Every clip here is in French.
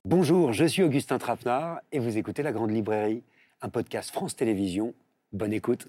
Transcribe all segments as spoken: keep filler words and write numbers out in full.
Bonjour, je suis Augustin Trapenard et vous écoutez La Grande Librairie, un podcast France Télévisions. Bonne écoute.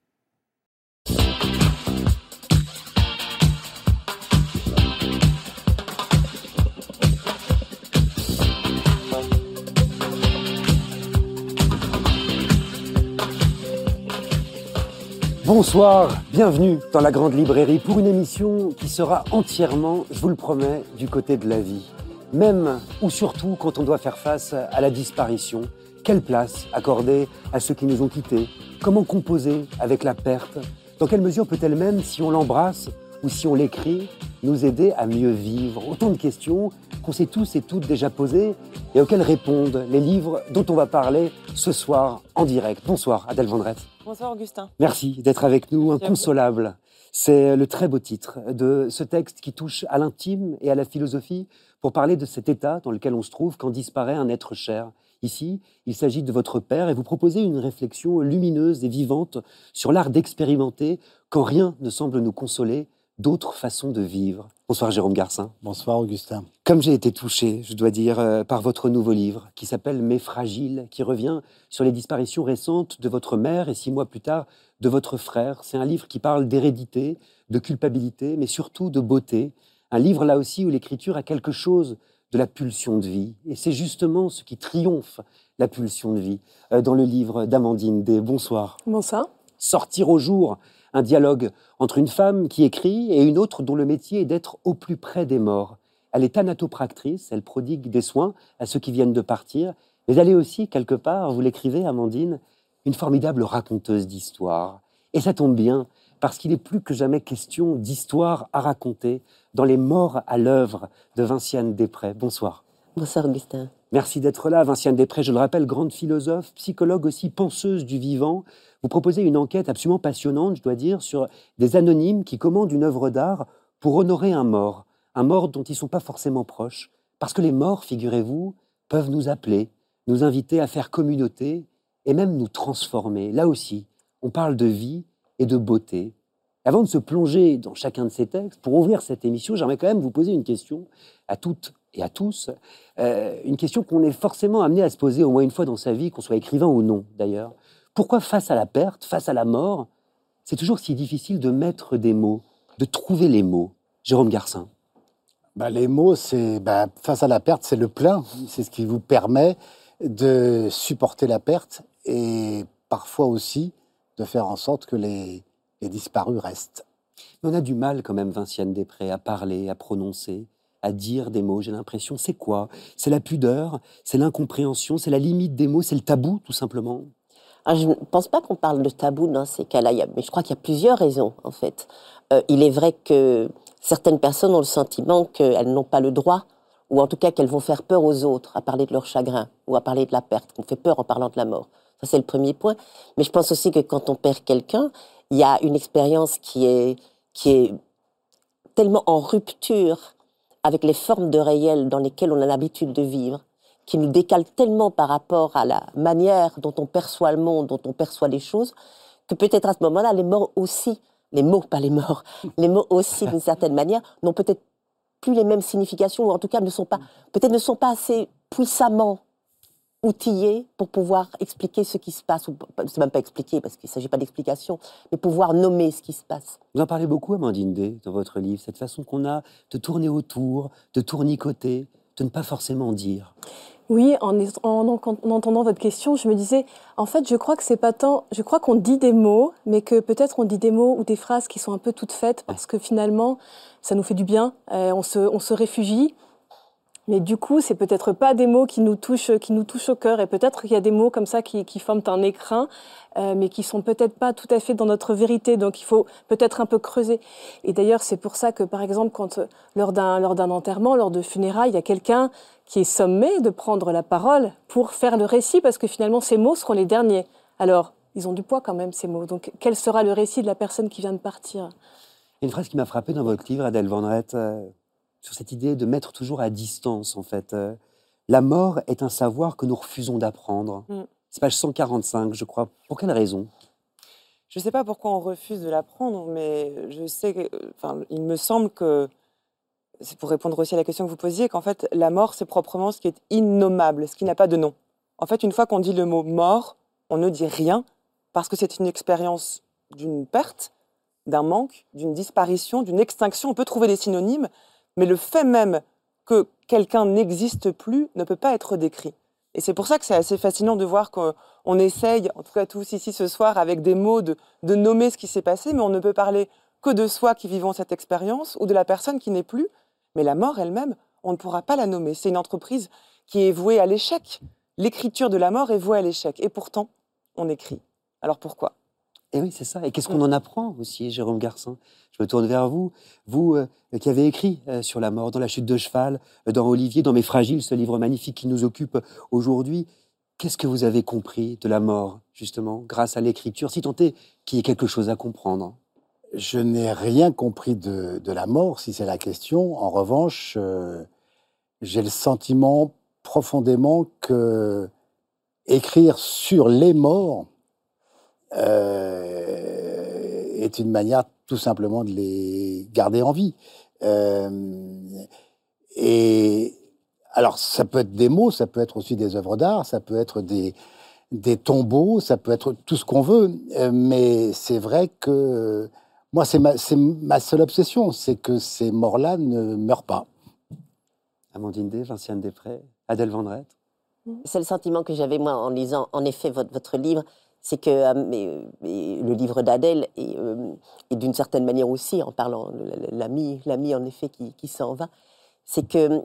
Bonsoir, bienvenue dans La Grande Librairie pour une émission qui sera entièrement, je vous le promets, du côté de la vie. Même ou surtout quand on doit faire face à la disparition, quelle place accorder à ceux qui nous ont quittés? Comment composer avec la perte? Dans quelle mesure peut-elle même, si on l'embrasse ou si on l'écrit, nous aider à mieux vivre? Autant de questions qu'on s'est tous et toutes déjà posées et auxquelles répondent les livres dont on va parler ce soir en direct. Bonsoir Adèle Vendrette. Bonsoir Augustin. Merci d'être avec nous, Inconsolable. C'est le très beau titre de ce texte qui touche à l'intime et à la philosophie pour parler de cet état dans lequel on se trouve quand disparaît un être cher. Ici, il s'agit de votre père et vous proposez une réflexion lumineuse et vivante sur l'art d'expérimenter quand rien ne semble nous consoler, d'autres façons de vivre. Bonsoir Jérôme Garcin. Bonsoir Augustin. Comme j'ai été touché, je dois dire, euh, par votre nouveau livre qui s'appelle « Mes fragiles », qui revient sur les disparitions récentes de votre mère et six mois plus tard de votre frère. C'est un livre qui parle d'hérédité, de culpabilité, mais surtout de beauté. Un livre là aussi où l'écriture a quelque chose de la pulsion de vie. Et c'est justement ce qui triomphe, la pulsion de vie, euh, dans le livre d'Amandine Day. Bonsoir. Bonsoir. Sortir au jour, un dialogue entre une femme qui écrit et une autre dont le métier est d'être au plus près des morts. Elle est thanatopractrice, elle prodigue des soins à ceux qui viennent de partir, mais elle est aussi, quelque part, vous l'écrivez, Amandine, une formidable raconteuse d'histoire. Et ça tombe bien, parce qu'il est plus que jamais question d'histoire à raconter dans Les Morts à l'œuvre de Vinciane Després. Bonsoir. Bonsoir Augustin. Merci d'être là, Vinciane Després, je le rappelle, grande philosophe, psychologue aussi, penseuse du vivant. Vous proposez une enquête absolument passionnante, je dois dire, sur des anonymes qui commandent une œuvre d'art pour honorer un mort, un mort dont ils ne sont pas forcément proches. Parce que les morts, figurez-vous, peuvent nous appeler, nous inviter à faire communauté et même nous transformer. Là aussi, on parle de vie et de beauté. Avant de se plonger dans chacun de ces textes, pour ouvrir cette émission, j'aimerais quand même vous poser une question à toutes et à tous, euh, une question qu'on est forcément amené à se poser au moins une fois dans sa vie, qu'on soit écrivain ou non d'ailleurs. Pourquoi face à la perte, face à la mort, c'est toujours si difficile de mettre des mots, de trouver les mots? Jérôme Garcin. Bah, les mots, c'est bah, face à la perte, c'est le plein. C'est ce qui vous permet de supporter la perte et parfois aussi de faire en sorte que les, les disparus restent. Mais on a du mal quand même, Vinciane Després, à parler, à prononcer, à dire des mots. J'ai l'impression, c'est quoi? C'est la pudeur, c'est l'incompréhension, c'est la limite des mots, c'est le tabou, tout simplement. Alors, je ne pense pas qu'on parle de tabou dans ces cas-là, mais je crois qu'il y a plusieurs raisons, en fait. Euh, il est vrai que certaines personnes ont le sentiment qu'elles n'ont pas le droit, ou en tout cas qu'elles vont faire peur aux autres à parler de leur chagrin, ou à parler de la perte, qu'on fait peur en parlant de la mort. Ça, c'est le premier point. Mais je pense aussi que quand on perd quelqu'un, il y a une expérience qui est, qui est tellement en rupture avec les formes de réel dans lesquelles on a l'habitude de vivre, qui nous décale tellement par rapport à la manière dont on perçoit le monde, dont on perçoit les choses, que peut-être à ce moment-là, les morts aussi, les mots, pas les morts, les mots aussi, d'une certaine manière, n'ont peut-être plus les mêmes significations, ou en tout cas ne sont pas, peut-être ne sont pas assez puissamment outillés pour pouvoir expliquer ce qui se passe, ou c'est même pas expliquer, parce qu'il ne s'agit pas d'explication, mais pouvoir nommer ce qui se passe. Vous en parlez beaucoup, Amandine Day, dans votre livre, cette façon qu'on a de tourner autour, de tournicoter, de ne pas forcément dire. Oui, en, en, en entendant votre question, je me disais, en fait, je crois que c'est pas tant, je crois qu'on dit des mots, mais que peut-être on dit des mots ou des phrases qui sont un peu toutes faites, parce que finalement, ça nous fait du bien, euh, on se, on se réfugie. Mais du coup, c'est peut-être pas des mots qui nous touchent, qui nous touchent au cœur. Et peut-être qu'il y a des mots comme ça qui, qui forment un écrin, euh, mais qui sont peut-être pas tout à fait dans notre vérité. Donc, il faut peut-être un peu creuser. Et d'ailleurs, c'est pour ça que, par exemple, quand lors d'un lors d'un enterrement, lors de funérailles, il y a quelqu'un qui est sommé de prendre la parole pour faire le récit, parce que finalement, ces mots seront les derniers. Alors, ils ont du poids quand même, ces mots. Donc, quel sera le récit de la personne qui vient de partir? Il y a une phrase qui m'a frappé dans votre livre, Adèle Vendrette, euh... sur cette idée de mettre toujours à distance, en fait. Euh, la mort est un savoir que nous refusons d'apprendre. Mm. C'est page cent quarante-cinq, je crois. Pour quelle raison? Je ne sais pas pourquoi on refuse de l'apprendre, mais je sais que, enfin, il me semble que c'est pour répondre aussi à la question que vous posiez, qu'en fait, la mort, c'est proprement ce qui est innommable, ce qui n'a pas de nom. En fait, une fois qu'on dit le mot mort, on ne dit rien, parce que c'est une expérience d'une perte, d'un manque, d'une disparition, d'une extinction. On peut trouver des synonymes, mais le fait même que quelqu'un n'existe plus ne peut pas être décrit. Et c'est pour ça que c'est assez fascinant de voir qu'on essaye, en tout cas tous ici ce soir, avec des mots, de, de nommer ce qui s'est passé, mais on ne peut parler que de soi qui vivons cette expérience ou de la personne qui n'est plus. Mais la mort elle-même, on ne pourra pas la nommer. C'est une entreprise qui est vouée à l'échec. L'écriture de la mort est vouée à l'échec. Et pourtant, on écrit. Alors pourquoi ? Et oui, c'est ça. Et qu'est-ce qu'on en apprend aussi, Jérôme Garcin? Je me tourne vers vous. Vous euh, qui avez écrit euh, sur la mort, dans La chute de cheval, euh, dans Olivier, dans Mes fragiles, ce livre magnifique qui nous occupe aujourd'hui. Qu'est-ce que vous avez compris de la mort, justement, grâce à l'écriture, si tant est qu'il y ait quelque chose à comprendre? Je n'ai rien compris de, de la mort, si c'est la question. En revanche, euh, j'ai le sentiment profondément que écrire sur les morts euh, est une manière tout simplement de les garder en vie. Euh, et alors, ça peut être des mots, ça peut être aussi des œuvres d'art, ça peut être des, des tombeaux, ça peut être tout ce qu'on veut. Euh, mais c'est vrai que moi, c'est ma, c'est ma seule obsession, c'est que ces morts-là ne meurent pas. Amandine Day, Vinciane Després, Adèle Vendrette. C'est le sentiment que j'avais, moi, en lisant, en effet, votre, votre livre, c'est que euh, mais, mais le livre d'Adèle, et, euh, et d'une certaine manière aussi, en parlant de l'ami, l'ami en effet, qui, qui s'en va, c'est que,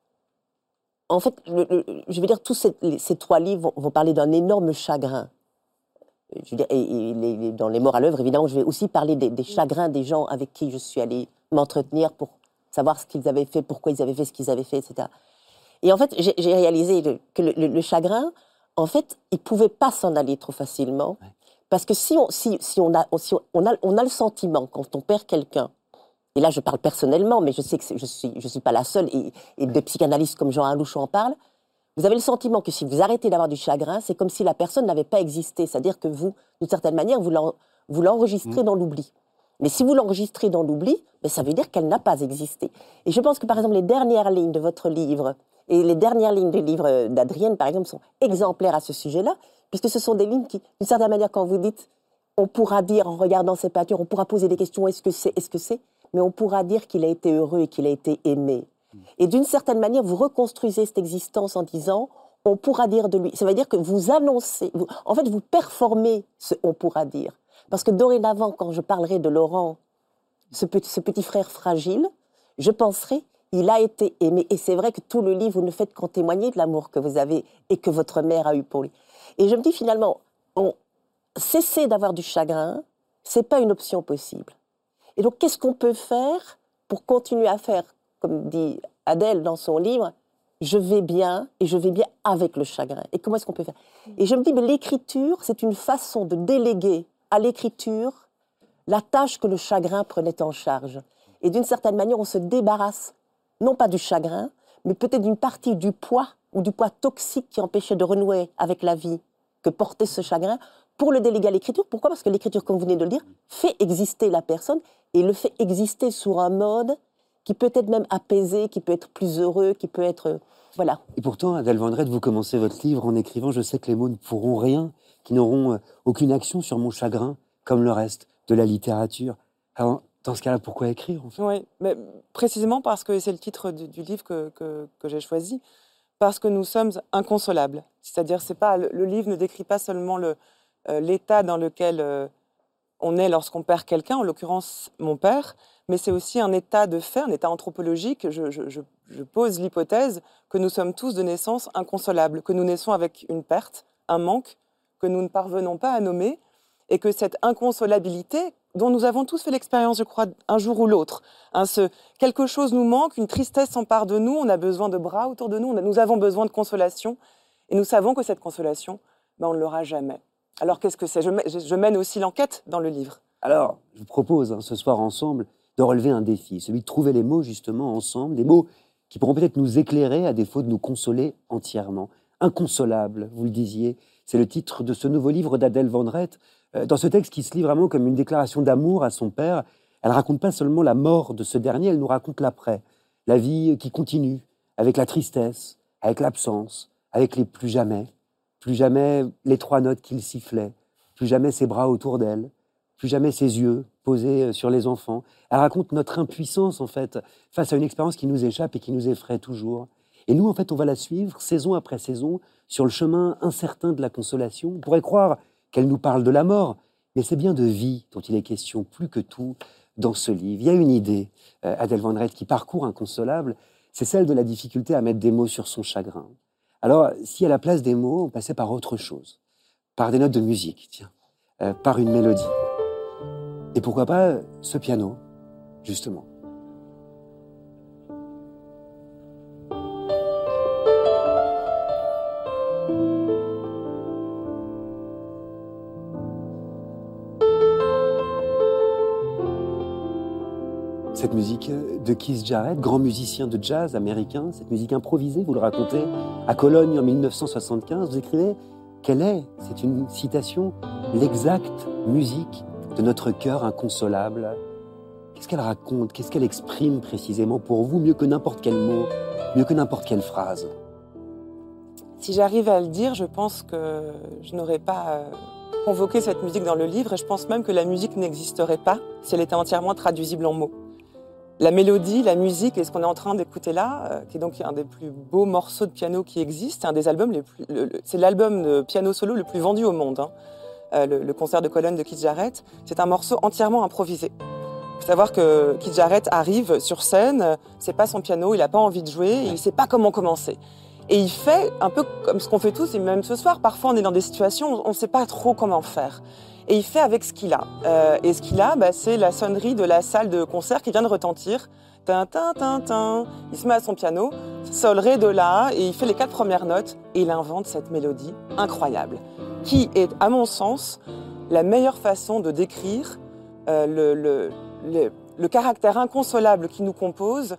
en fait, le, le, je veux dire, tous ces, les, ces trois livres vont, vont parler d'un énorme chagrin. Je veux dire, et, et les, les, dans Les morts à l'œuvre, évidemment, je vais aussi parler des, des chagrins des gens avec qui je suis allée m'entretenir pour savoir ce qu'ils avaient fait, pourquoi ils avaient fait ce qu'ils avaient fait, et cetera. Et en fait, j'ai, j'ai réalisé le, que le, le, le chagrin, en fait, il ne pouvait pas s'en aller trop facilement. Ouais. Parce que si, on, si, si, on, a, si on, a, on a le sentiment, quand on perd quelqu'un, et là je parle personnellement, mais je sais que je ne suis, je suis pas la seule, et, et des psychanalystes comme Jean Alouche en parlent, vous avez le sentiment que si vous arrêtez d'avoir du chagrin, c'est comme si la personne n'avait pas existé. C'est-à-dire que vous, d'une certaine manière, vous, l'en, vous l'enregistrez mmh. dans l'oubli. Mais si vous l'enregistrez dans l'oubli, ben ça veut dire qu'elle n'a pas existé. Et je pense que, par exemple, les dernières lignes de votre livre, et les dernières lignes du livre d'Adrienne, par exemple, sont exemplaires à ce sujet-là, puisque ce sont des lignes qui, d'une certaine manière, quand vous dites, on pourra dire, en regardant ces peintures, on pourra poser des questions, est-ce que c'est, est-ce que c'est, mais on pourra dire qu'il a été heureux et qu'il a été aimé. Et d'une certaine manière, vous reconstruisez cette existence en disant, on pourra dire de lui. Ça veut dire que vous annoncez, vous, en fait, vous performez ce on pourra dire. Parce que dorénavant, quand je parlerai de Laurent, ce petit, ce petit frère fragile, je penserai, il a été aimé. Et c'est vrai que tout le livre, vous ne faites qu'en témoigner de l'amour que vous avez et que votre mère a eu pour lui. Et je me dis finalement, on, cesser d'avoir du chagrin, c'est pas une option possible. Et donc, qu'est-ce qu'on peut faire pour continuer à faire, comme dit Adèle dans son livre, je vais bien et je vais bien avec le chagrin. Et comment est-ce qu'on peut faire? Et je me dis, mais l'écriture, c'est une façon de déléguer à l'écriture la tâche que le chagrin prenait en charge. Et d'une certaine manière, on se débarrasse, non pas du chagrin, mais peut-être d'une partie du poids ou du poids toxique qui empêchait de renouer avec la vie que portait ce chagrin, pour le déléguer à l'écriture. Pourquoi? Parce que l'écriture, comme vous venez de le dire, fait exister la personne et le fait exister sur un mode qui peut être même apaisé, qui peut être plus heureux, qui peut être... Voilà. Et pourtant, Adèle Vendrette, vous commencez votre livre en écrivant « Je sais que les mots ne pourront rien, qui n'auront euh, aucune action sur mon chagrin, comme le reste de la littérature. » Alors, dans ce cas-là, pourquoi écrire en fait? Oui, mais précisément parce que c'est le titre du, du livre que, que, que j'ai choisi, parce que nous sommes inconsolables. C'est-à-dire, c'est pas, le, le livre ne décrit pas seulement le, euh, l'état dans lequel euh, on est lorsqu'on perd quelqu'un, en l'occurrence mon père, mais c'est aussi un état de fait, un état anthropologique. Je, je, je, je pose l'hypothèse que nous sommes tous de naissance inconsolables, que nous naissons avec une perte, un manque, que nous ne parvenons pas à nommer, et que cette inconsolabilité, dont nous avons tous fait l'expérience, je crois, un jour ou l'autre, hein, ce, quelque chose nous manque, une tristesse s'empare de nous, on a besoin de bras autour de nous, on a, nous avons besoin de consolation, et nous savons que cette consolation, ben, on ne l'aura jamais. Alors qu'est-ce que c'est? je, je mène aussi l'enquête dans le livre. Alors, je vous propose hein, ce soir ensemble de relever un défi, celui de trouver les mots justement ensemble, des mots qui pourront peut-être nous éclairer à défaut de nous consoler entièrement. Inconsolable, vous le disiez, c'est le titre de ce nouveau livre d'Adèle Vendrette. Dans ce texte qui se lit vraiment comme une déclaration d'amour à son père, elle ne raconte pas seulement la mort de ce dernier, elle nous raconte l'après. la vie qui continue, avec la tristesse, avec l'absence, avec les plus jamais, plus jamais les trois notes qu'il sifflait, plus jamais ses bras autour d'elle, plus jamais ses yeux posés sur les enfants. Elle raconte notre impuissance, en fait, face à une expérience qui nous échappe et qui nous effraie toujours. Et nous, en fait, on va la suivre, saison après saison, sur le chemin incertain de la consolation. On pourrait croire qu'elle nous parle de la mort, mais c'est bien de vie dont il est question, plus que tout, dans ce livre. Il y a une idée, euh, Adèle Van Rett, qui parcourt Inconsolable, c'est celle de la difficulté à mettre des mots sur son chagrin. Alors, si à la place des mots, on passait par autre chose, par des notes de musique, tiens, euh, par une mélodie. Et pourquoi pas ce piano, justement. Cette musique de Keith Jarrett, grand musicien de jazz américain, cette musique improvisée, vous le racontez, à Cologne en mille neuf cent soixante-quinze, vous écrivez qu'elle est, c'est une citation, l'exacte musique de notre cœur inconsolable. Qu'est-ce qu'elle raconte? Qu'est-ce qu'elle exprime précisément pour vous, mieux que n'importe quel mot, mieux que n'importe quelle phrase? Si j'arrive à le dire, je pense que je n'aurais pas convoqué cette musique dans le livre, et je pense même que la musique n'existerait pas si elle était entièrement traduisible en mots. La mélodie, la musique et ce qu'on est en train d'écouter là, euh, qui est donc un des plus beaux morceaux de piano qui existent, c'est un des albums les plus, le, le, c'est l'album de piano solo le plus vendu au monde. Hein. Euh, le, le concert de Cologne de Keith Jarrett, c'est un morceau entièrement improvisé. Il faut savoir que Keith Jarrett arrive sur scène, c'est pas son piano, il a pas envie de jouer, et il sait pas comment commencer. Et il fait un peu comme ce qu'on fait tous, et même ce soir, parfois on est dans des situations où on ne sait pas trop comment faire. Et il fait avec ce qu'il a. Euh, et ce qu'il a, bah, c'est la sonnerie de la salle de concert qui vient de retentir. Tin, tin, tin, tin. Il se met à son piano, sol, ré, do, la, et il fait les quatre premières notes, et il invente cette mélodie incroyable, qui est, à mon sens, la meilleure façon de décrire euh, le, le, le, le caractère inconsolable qui nous compose,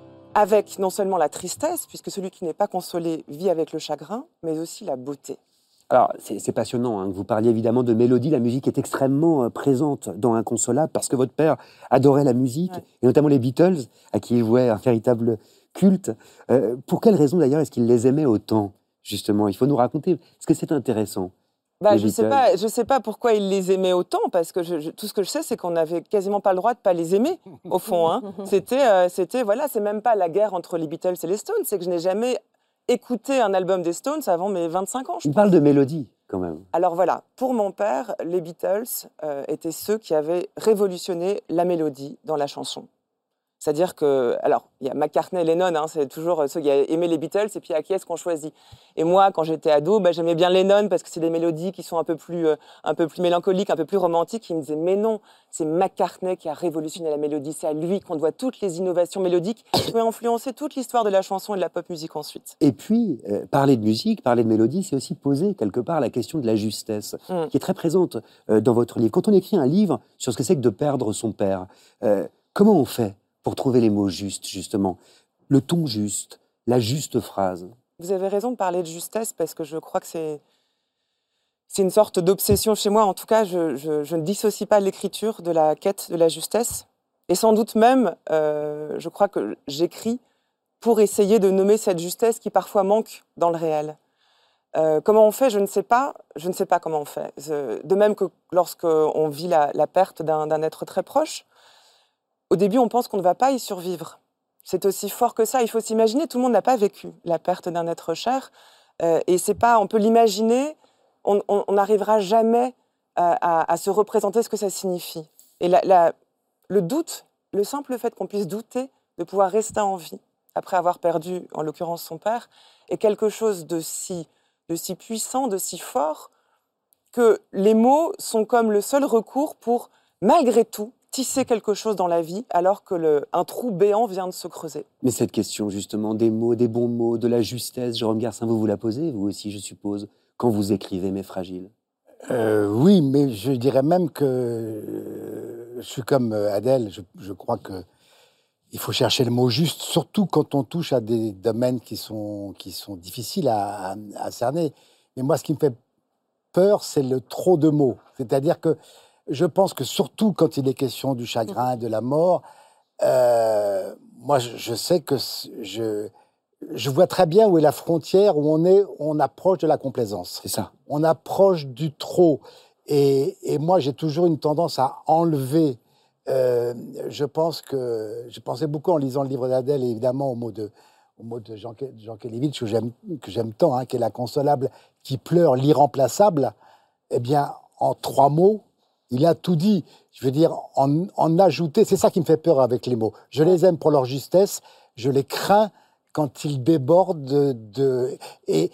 avec non seulement la tristesse, puisque celui qui n'est pas consolé vit avec le chagrin, mais aussi la beauté. Alors, c'est passionnant, hein, que vous parliez évidemment de mélodie. La musique est extrêmement euh, présente dans Inconsolable, parce que votre père adorait la musique, ouais. Et notamment les Beatles, à qui il vouait un véritable culte. Euh, pour quelle raison, d'ailleurs, est-ce qu'il les aimait autant, justement? Il faut nous raconter, parce que c'est intéressant. Bah, je ne sais pas, je sais pas pourquoi il les aimait autant, parce que je, je, tout ce que je sais, c'est qu'on n'avait quasiment pas le droit de ne pas les aimer, au fond. Hein. C'était, euh, c'était, voilà, c'est même pas la guerre entre les Beatles et les Stones, c'est que je n'ai jamais écouté un album des Stones avant mes vingt-cinq ans. Il parle de mélodie, quand même. Alors voilà, pour mon père, les Beatles euh, étaient ceux qui avaient révolutionné la mélodie dans la chanson. C'est-à-dire que, alors, il y a McCartney et Lennon, hein, c'est toujours ceux qui avaient aimé les Beatles, et puis à qui est-ce qu'on choisit. Et moi, quand j'étais ado, bah, j'aimais bien Lennon, parce que c'est des mélodies qui sont un peu plus, euh, un peu plus mélancoliques, un peu plus romantiques. Il me disait, mais non, c'est McCartney qui a révolutionné la mélodie, c'est à lui qu'on doit toutes les innovations mélodiques qui ont influencé toute l'histoire de la chanson et de la pop musique ensuite. Et puis, euh, parler de musique, parler de mélodie, c'est aussi poser quelque part la question de la justesse, mm. qui est très présente euh, dans votre livre. Quand on écrit un livre sur ce que c'est que de perdre son père, euh, comment on fait pour trouver les mots justes, justement, le ton juste, la juste phrase? Vous avez raison de parler de justesse, parce que je crois que c'est, c'est une sorte d'obsession chez moi. En tout cas, je, je, je ne dissocie pas l'écriture de la quête de la justesse. Et sans doute même, euh, je crois que j'écris pour essayer de nommer cette justesse qui parfois manque dans le réel. Euh, comment on fait, je ne sais pas. Je ne sais pas comment on fait. De même que lorsqu'on vit la, la perte d'un, d'un être très proche, au début, on pense qu'on ne va pas y survivre. C'est aussi fort que ça. Il faut s'imaginer, tout le monde n'a pas vécu la perte d'un être cher. Euh, et c'est pas, on peut l'imaginer, on n'arrivera jamais à, à, à se représenter ce que ça signifie. Et la, la, le doute, le simple fait qu'on puisse douter de pouvoir rester en vie après avoir perdu, en l'occurrence, son père, est quelque chose de si, de si puissant, de si fort, que les mots sont comme le seul recours pour, malgré tout, tisser quelque chose dans la vie alors que le, un trou béant vient de se creuser. Mais cette question justement des mots, des bons mots, de la justesse, Jérôme Garcin, vous vous la posez, vous aussi je suppose, quand vous écrivez Mes Fragiles? euh, Oui, mais je dirais même que euh, je suis comme Adèle, je, je crois que il faut chercher le mot juste, surtout quand on touche à des domaines qui sont, qui sont difficiles à, à, à cerner. Mais moi, ce qui me fait peur, c'est le trop de mots. C'est-à-dire que je pense que surtout quand il est question du chagrin, de la mort, euh, moi, je, je sais que je, je vois très bien où est la frontière, où on est, on approche de la complaisance. C'est ça. On approche du trop. Et, et moi, j'ai toujours une tendance à enlever. Euh, je pense que je pensais beaucoup en lisant le livre d'Adèle, et évidemment au mot de, au mot de Jean, Jean Kelevitch, que j'aime, que j'aime tant, hein, qui est l'inconsolable, qui pleure l'irremplaçable. Eh bien, en trois mots, il a tout dit. Je veux dire, en, en ajouter, c'est ça qui me fait peur avec les mots. Je les aime pour leur justesse, je les crains quand ils débordent de... de et,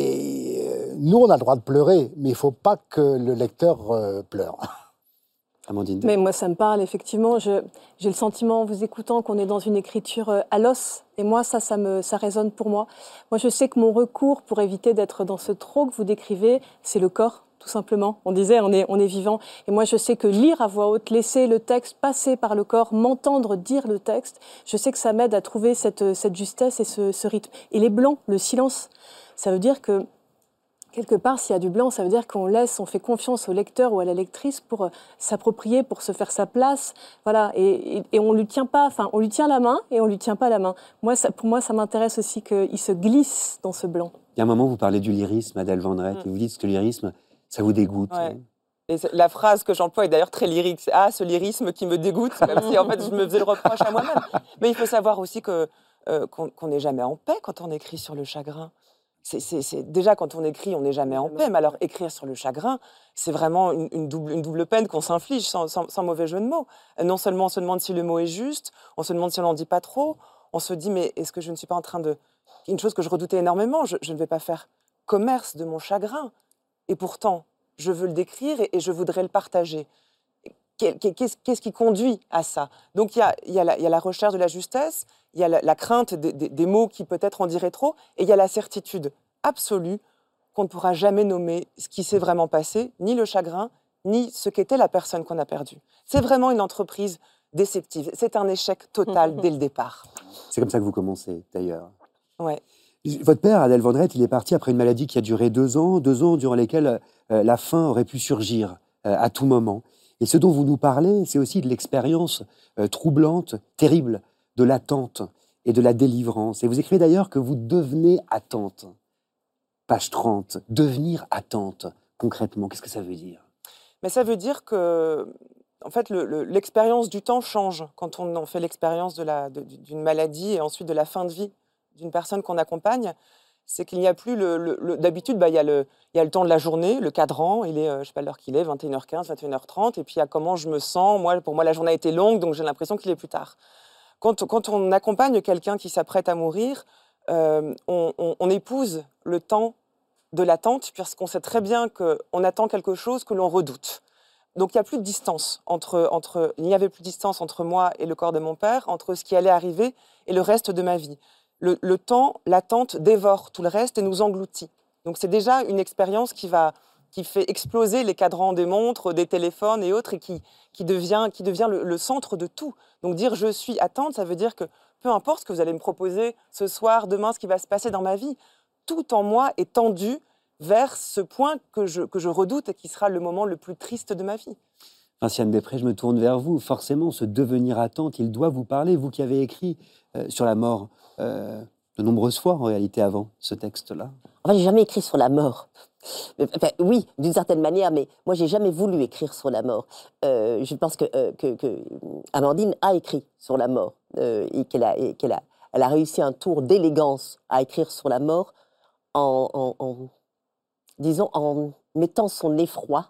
et nous, on a le droit de pleurer, mais il ne faut pas que le lecteur euh, pleure. Amandine. Mais moi, ça me parle, effectivement. Je, j'ai le sentiment, en vous écoutant, qu'on est dans une écriture euh, à l'os. Et moi, ça, ça, me, ça résonne pour moi. Moi, je sais que mon recours pour éviter d'être dans ce trop que vous décrivez, c'est le corps, tout simplement. On disait, on est, on est vivant. Et moi, je sais que lire à voix haute, laisser le texte passer par le corps, m'entendre dire le texte, je sais que ça m'aide à trouver cette, cette justesse et ce, ce rythme. Et les blancs, le silence, ça veut dire que quelque part, s'il y a du blanc, ça veut dire qu'on laisse, on fait confiance au lecteur ou à la lectrice pour euh, s'approprier, pour se faire sa place, voilà. Et, et, et on lui tient pas, enfin, on lui tient la main et on lui tient pas la main. Moi, ça, pour moi, ça m'intéresse aussi qu'il se glisse dans ce blanc. Il y a un moment, vous parlez du lyrisme, Adèle Van Dreth, Mm. et vous dites que le lyrisme, ça vous dégoûte. Ouais. Hein. Et la phrase que j'emploie est d'ailleurs très lyrique. C'est « Ah, ce lyrisme qui me dégoûte », comme si en fait je me faisais le reproche à moi-même. Mais il faut savoir aussi que, euh, qu'on qu'on n'est jamais en paix quand on écrit sur le chagrin. C'est, c'est, c'est... Déjà, quand on écrit, on n'est jamais en paix. Mais alors, écrire sur le chagrin, c'est vraiment une, une, double, une double peine qu'on s'inflige, sans, sans, sans mauvais jeu de mots. Non seulement on se demande si le mot est juste, on se demande si on n'en dit pas trop, on se dit « Mais est-ce que je ne suis pas en train de… » Une chose que je redoutais énormément, je, je ne vais pas faire commerce de mon chagrin. Et pourtant, je veux le décrire et, et je voudrais le partager. Qu'est-ce, qu'est-ce qui conduit à ça? Donc, il y a, y, a la, y a la recherche de la justesse, il y a la, la crainte des, des, des mots qui peut-être en diraient trop, et il y a la certitude absolue qu'on ne pourra jamais nommer ce qui s'est vraiment passé, ni le chagrin, ni ce qu'était la personne qu'on a perdue. C'est vraiment une entreprise déceptive. C'est un échec total dès le départ. C'est comme ça que vous commencez, d'ailleurs. Ouais. Votre père, Adèle Van Dreth, il est parti après une maladie qui a duré deux ans, deux ans durant lesquels euh, la fin aurait pu surgir euh, à tout moment. Et ce dont vous nous parlez, c'est aussi de l'expérience euh, troublante, terrible, de l'attente et de la délivrance. Et vous écrivez d'ailleurs que vous devenez attente. Page trente, devenir attente, concrètement, qu'est-ce que ça veut dire? Mais ça veut dire que, en fait, le, le, l'expérience du temps change quand on en fait l'expérience de la, de, d'une maladie et ensuite de la fin de vie d'une personne qu'on accompagne. C'est qu'il n'y a plus le… le, le d'habitude, bah, il y a le, il y a le temps de la journée, le cadran, il est, euh, je ne sais pas l'heure qu'il est, vingt et une heures quinze, vingt et une heures trente, et puis il y a comment je me sens. Moi, pour moi, la journée a été longue, donc j'ai l'impression qu'il est plus tard. Quand, quand on accompagne quelqu'un qui s'apprête à mourir, euh, on, on, on épouse le temps de l'attente, puisqu'on sait très bien qu'on attend quelque chose que l'on redoute. Donc il n'y a plus de distance entre, entre, il n'y avait plus de distance entre moi et le corps de mon père, entre ce qui allait arriver et le reste de ma vie. Le, le temps, l'attente dévore tout le reste et nous engloutit. Donc c'est déjà une expérience qui, va, qui fait exploser les cadrans des montres, des téléphones et autres, et qui, qui devient, qui devient le, le centre de tout. Donc dire « je suis attente », ça veut dire que peu importe ce que vous allez me proposer ce soir, demain, ce qui va se passer dans ma vie, tout en moi est tendu vers ce point que je, que je redoute et qui sera le moment le plus triste de ma vie. Vinciane Després, je me tourne vers vous. Forcément, ce devenir attente, il doit vous parler, vous qui avez écrit euh, sur la mort euh, de nombreuses fois, en réalité, avant ce texte-là. En fait, j'ai jamais écrit sur la mort. Enfin, oui, d'une certaine manière, mais moi, j'ai jamais voulu écrire sur la mort. Euh, je pense que, euh, que, que Amandine a écrit sur la mort euh, et qu'elle a, et qu'elle a, elle a réussi un tour d'élégance à écrire sur la mort en, en, en disons, en mettant son effroi,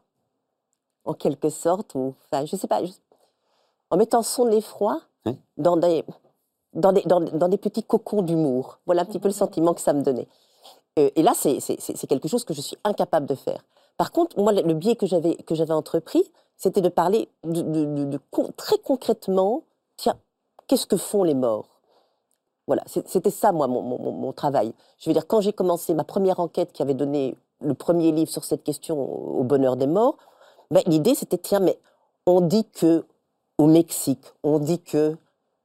en quelque sorte, ou, enfin, je sais pas, juste, en mettant son effroi oui. dans, des, dans, des, dans, dans des petits cocons d'humour. Voilà un petit peu le sentiment que ça me donnait. Euh, et là, c'est, c'est, c'est quelque chose que je suis incapable de faire. Par contre, moi, le, le biais que j'avais, que j'avais entrepris, c'était de parler de, de, de, de, de, très concrètement, tiens, qu'est-ce que font les morts? Voilà, c'était ça, moi, mon, mon, mon travail. Je veux dire, quand j'ai commencé ma première enquête qui avait donné le premier livre sur cette question au bonheur des morts, ben, l'idée, c'était, tiens, mais on dit que au Mexique, on dit que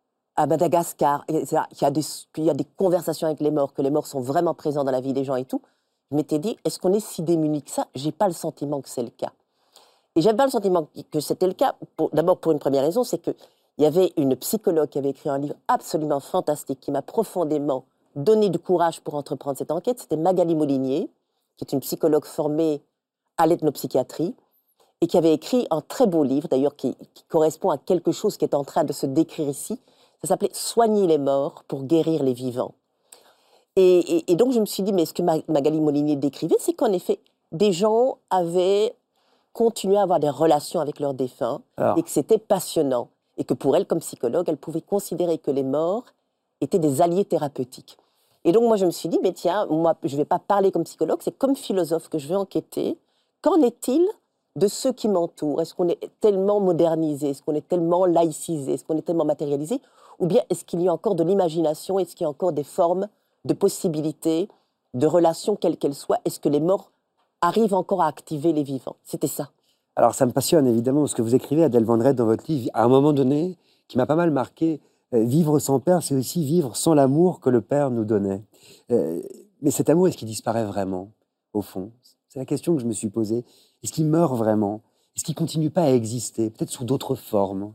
à Madagascar, et cetera, qu'il y a des, qu'il y a des conversations avec les morts, que les morts sont vraiment présents dans la vie des gens et tout. Je m'étais dit, est-ce qu'on est si démunis que ça? J'ai pas le sentiment que c'est le cas. Et j'avais pas le sentiment que c'était le cas, pour, d'abord pour une première raison, c'est que Il y avait une psychologue qui avait écrit un livre absolument fantastique qui m'a profondément donné du courage pour entreprendre cette enquête. C'était Magali Molinier, qui est une psychologue formée à l'ethnopsychiatrie et qui avait écrit un très beau livre, d'ailleurs, qui, qui correspond à quelque chose qui est en train de se décrire ici. Ça s'appelait « Soigner les morts pour guérir les vivants ». Et, et, et donc, je me suis dit, mais ce que Magali Molinier décrivait, c'est qu'en effet, des gens avaient continué à avoir des relations avec leurs défunts Alors. et que c'était passionnant. Et que pour elle, comme psychologue, elle pouvait considérer que les morts étaient des alliés thérapeutiques. Et donc, moi, je me suis dit, mais tiens, moi, je ne vais pas parler comme psychologue, c'est comme philosophe que je vais enquêter. Qu'en est-il de ceux qui m'entourent? Est-ce qu'on est tellement modernisé? Est-ce qu'on est tellement laïcisé? Est-ce qu'on est tellement matérialisé? Ou bien est-ce qu'il y a encore de l'imagination? Est-ce qu'il y a encore des formes de possibilités, de relations, quelles qu'elles soient? Est-ce que les morts arrivent encore à activer les vivants? C'était ça. Alors, ça me passionne, évidemment, ce que vous écrivez, Adèle Van Rett, dans votre livre, à un moment donné, qui m'a pas mal marqué. Euh, vivre sans père, c'est aussi vivre sans l'amour que le père nous donnait. Euh, mais cet amour, est-ce qu'il disparaît vraiment, au fond? C'est la question que je me suis posée. Est-ce qu'il meurt vraiment? Est-ce qu'il continue pas à exister, peut-être sous d'autres formes?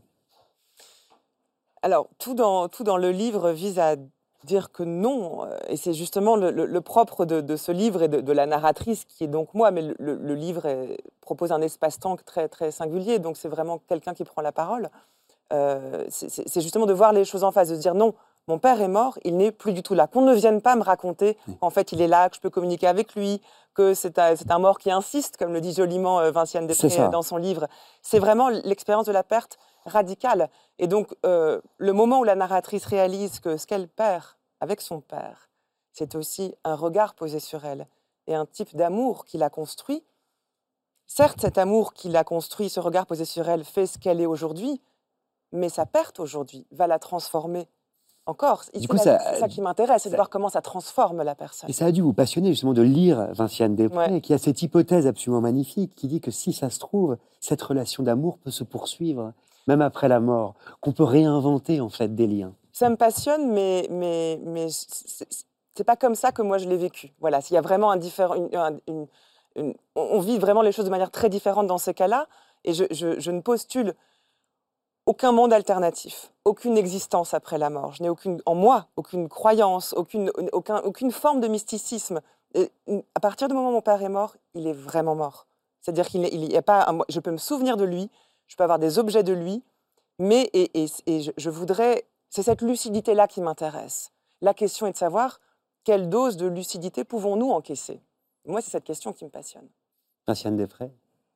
Alors, tout dans, tout dans le livre vise à dire que non, et c'est justement le, le, le propre de, de ce livre et de, de la narratrice qui est donc moi, mais le, le, le livre est, propose un espace-temps très, très singulier, donc c'est vraiment quelqu'un qui prend la parole. Euh, c'est justement de voir les choses en face, de se dire non, mon père est mort, il n'est plus du tout là. Qu'on ne vienne pas me raconter qu'en fait il est là, que je peux communiquer avec lui, que c'est un, un mort qui insiste, comme le dit joliment Vinciane Després dans son livre. C'est vraiment l'expérience de la perte radicale. Et donc euh, le moment où la narratrice réalise que ce qu'elle perd avec son père, c'est aussi un regard posé sur elle et un type d'amour qu'il a construit. Certes, cet amour qu'il a construit, ce regard posé sur elle, fait ce qu'elle est aujourd'hui, mais sa perte aujourd'hui va la transformer encore. C'est ça, ça qui m'intéresse, c'est de voir comment ça transforme la personne. Et ça a dû vous passionner justement de lire Vinciane Després, ouais. qui a cette hypothèse absolument magnifique, qui dit que si ça se trouve, cette relation d'amour peut se poursuivre, même après la mort, qu'on peut réinventer en fait des liens. Ça me passionne, mais, mais, mais c'est pas comme ça que moi je l'ai vécu. Voilà, s'il y a vraiment un différent, une, une, une, on vit vraiment les choses de manière très différente dans ces cas-là, et je, je, je ne postule aucun monde alternatif, aucune existence après la mort. Je n'ai aucune, en moi, aucune croyance, aucune, aucun, aucune forme de mysticisme. Et à partir du moment où mon père est mort, il est vraiment mort. C'est-à-dire qu'il n'y a pas, un, je peux me souvenir de lui, je peux avoir des objets de lui, mais et, et, et je, je voudrais, c'est cette lucidité-là qui m'intéresse. La question est de savoir quelle dose de lucidité pouvons-nous encaisser. Moi, c'est cette question qui me passionne. Vinciane Després.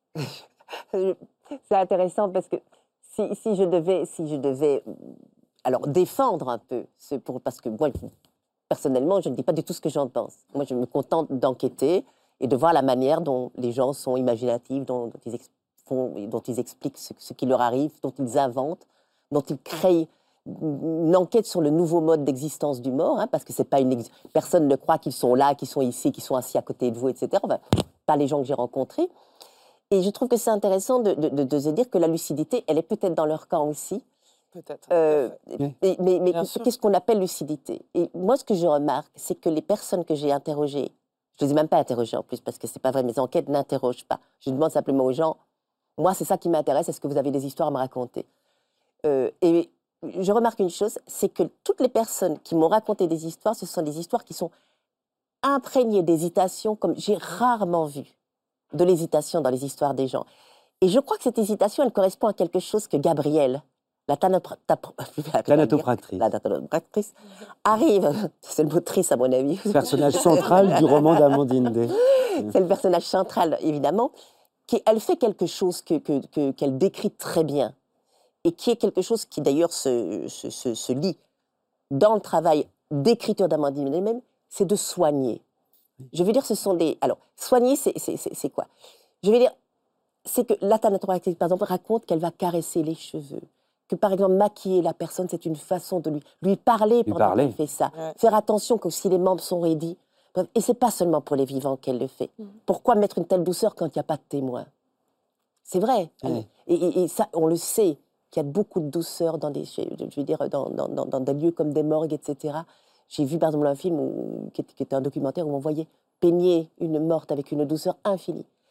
C'est intéressant parce que Si, si, je devais, si je devais alors, défendre un peu, pour, parce que moi, personnellement, je ne dis pas du tout ce que j'en pense. Moi, je me contente d'enquêter et de voir la manière dont les gens sont imaginatifs, dont, dont, ils, font, dont ils expliquent ce, ce qui leur arrive, dont ils inventent, dont ils créent une enquête sur le nouveau mode d'existence du mort, hein, parce que c'est pas une personne ne croit qu'ils sont là, qu'ils sont ici, qu'ils sont assis à côté de vous, et cetera. Enfin, pas les gens que j'ai rencontrés. Et je trouve que c'est intéressant de, de, de, de se dire que la lucidité, elle est peut-être dans leur camp aussi. Peut-être. Euh, mais mais, mais qu'est-ce qu'on appelle lucidité? Et moi, ce que je remarque, c'est que les personnes que j'ai interrogées, je ne les ai même pas interrogées en plus, parce que ce n'est pas vrai, mes enquêtes n'interrogent pas. Je demande simplement aux gens, moi, c'est ça qui m'intéresse, est-ce que vous avez des histoires à me raconter? euh, Et je remarque une chose, c'est que toutes les personnes qui m'ont raconté des histoires, ce sont des histoires qui sont imprégnées d'hésitation, comme j'ai rarement vu de l'hésitation dans les histoires des gens. Et je crois que cette hésitation, elle correspond à quelque chose que Gabrielle, la thanatopractrice, la thanatopractrice arrive, c'est le mot triste à mon avis. Personnage central du roman d'Amandine Day. C'est le personnage central, évidemment, qui, elle fait quelque chose que, que, que, qu'elle décrit très bien, et qui est quelque chose qui d'ailleurs se, se, se, se lit dans le travail d'écriture d'Amandine Day même, c'est de soigner. Je veux dire, ce sont des... Alors, soigner, c'est quoi? Je veux dire, c'est que la thanatopractrice, par exemple, raconte qu'elle va caresser les cheveux, que, par exemple, maquiller la personne, c'est une façon de lui, lui parler lui pendant qu'elle fait ça. Ouais. Faire attention que si les membres sont raidis. Et c'est pas seulement pour les vivants qu'elle le fait. Mmh. Pourquoi mettre une telle douceur quand il n'y a pas de témoin? C'est vrai. Mmh. Et, et, et ça, on le sait, qu'il y a beaucoup de douceur dans des, je veux dire, dans, dans, dans, dans des lieux comme des morgues, et cetera. J'ai vu, par exemple, un film où, qui, était, qui était un documentaire où on voyait peigner une morte avec une douceur infinie.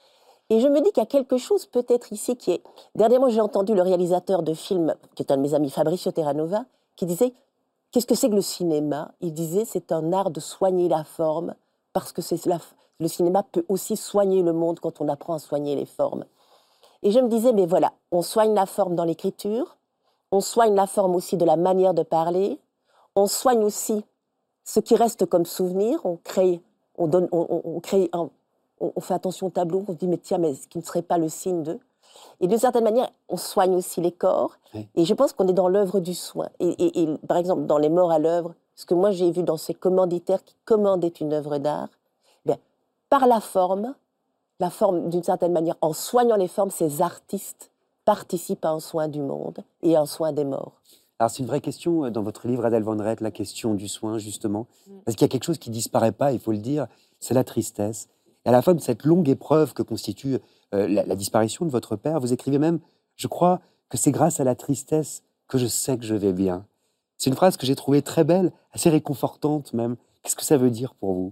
Et je me dis qu'il y a quelque chose peut-être ici qui est... Dernièrement, j'ai entendu le réalisateur de film, qui est un de mes amis, Fabricio Terranova, qui disait « Qu'est-ce que c'est que le cinéma ?» Il disait « C'est un art de soigner la forme, parce que c'est la... le cinéma peut aussi soigner le monde quand on apprend à soigner les formes. » Et je me disais « Mais voilà, on soigne la forme dans l'écriture, on soigne la forme aussi de la manière de parler, on soigne aussi ce qui reste comme souvenir, on crée, on donne, on, on, on crée un... on fait attention au tableau, on se dit, mais tiens, mais ce qui ne serait pas le signe d'eux. Et d'une certaine manière, on soigne aussi les corps. Oui. Et je pense qu'on est dans l'œuvre du soin. Et, et, et par exemple, dans Les Morts à l'œuvre, ce que moi j'ai vu dans ces commanditaires qui commandaient une œuvre d'art, bien, par la forme, la forme d'une certaine manière, en soignant les formes, ces artistes participent à un soin du monde et à un soin des morts. Alors c'est une vraie question dans votre livre, Adèle Van Rett, la question du soin, justement. Parce qu'il y a quelque chose qui ne disparaît pas, il faut le dire, c'est la tristesse. Et à la fin de cette longue épreuve que constitue euh, la, la disparition de votre père, vous écrivez même « Je crois que c'est grâce à la tristesse que je sais que je vais bien ». C'est une phrase que j'ai trouvée très belle, assez réconfortante même. Qu'est-ce que ça veut dire pour vous?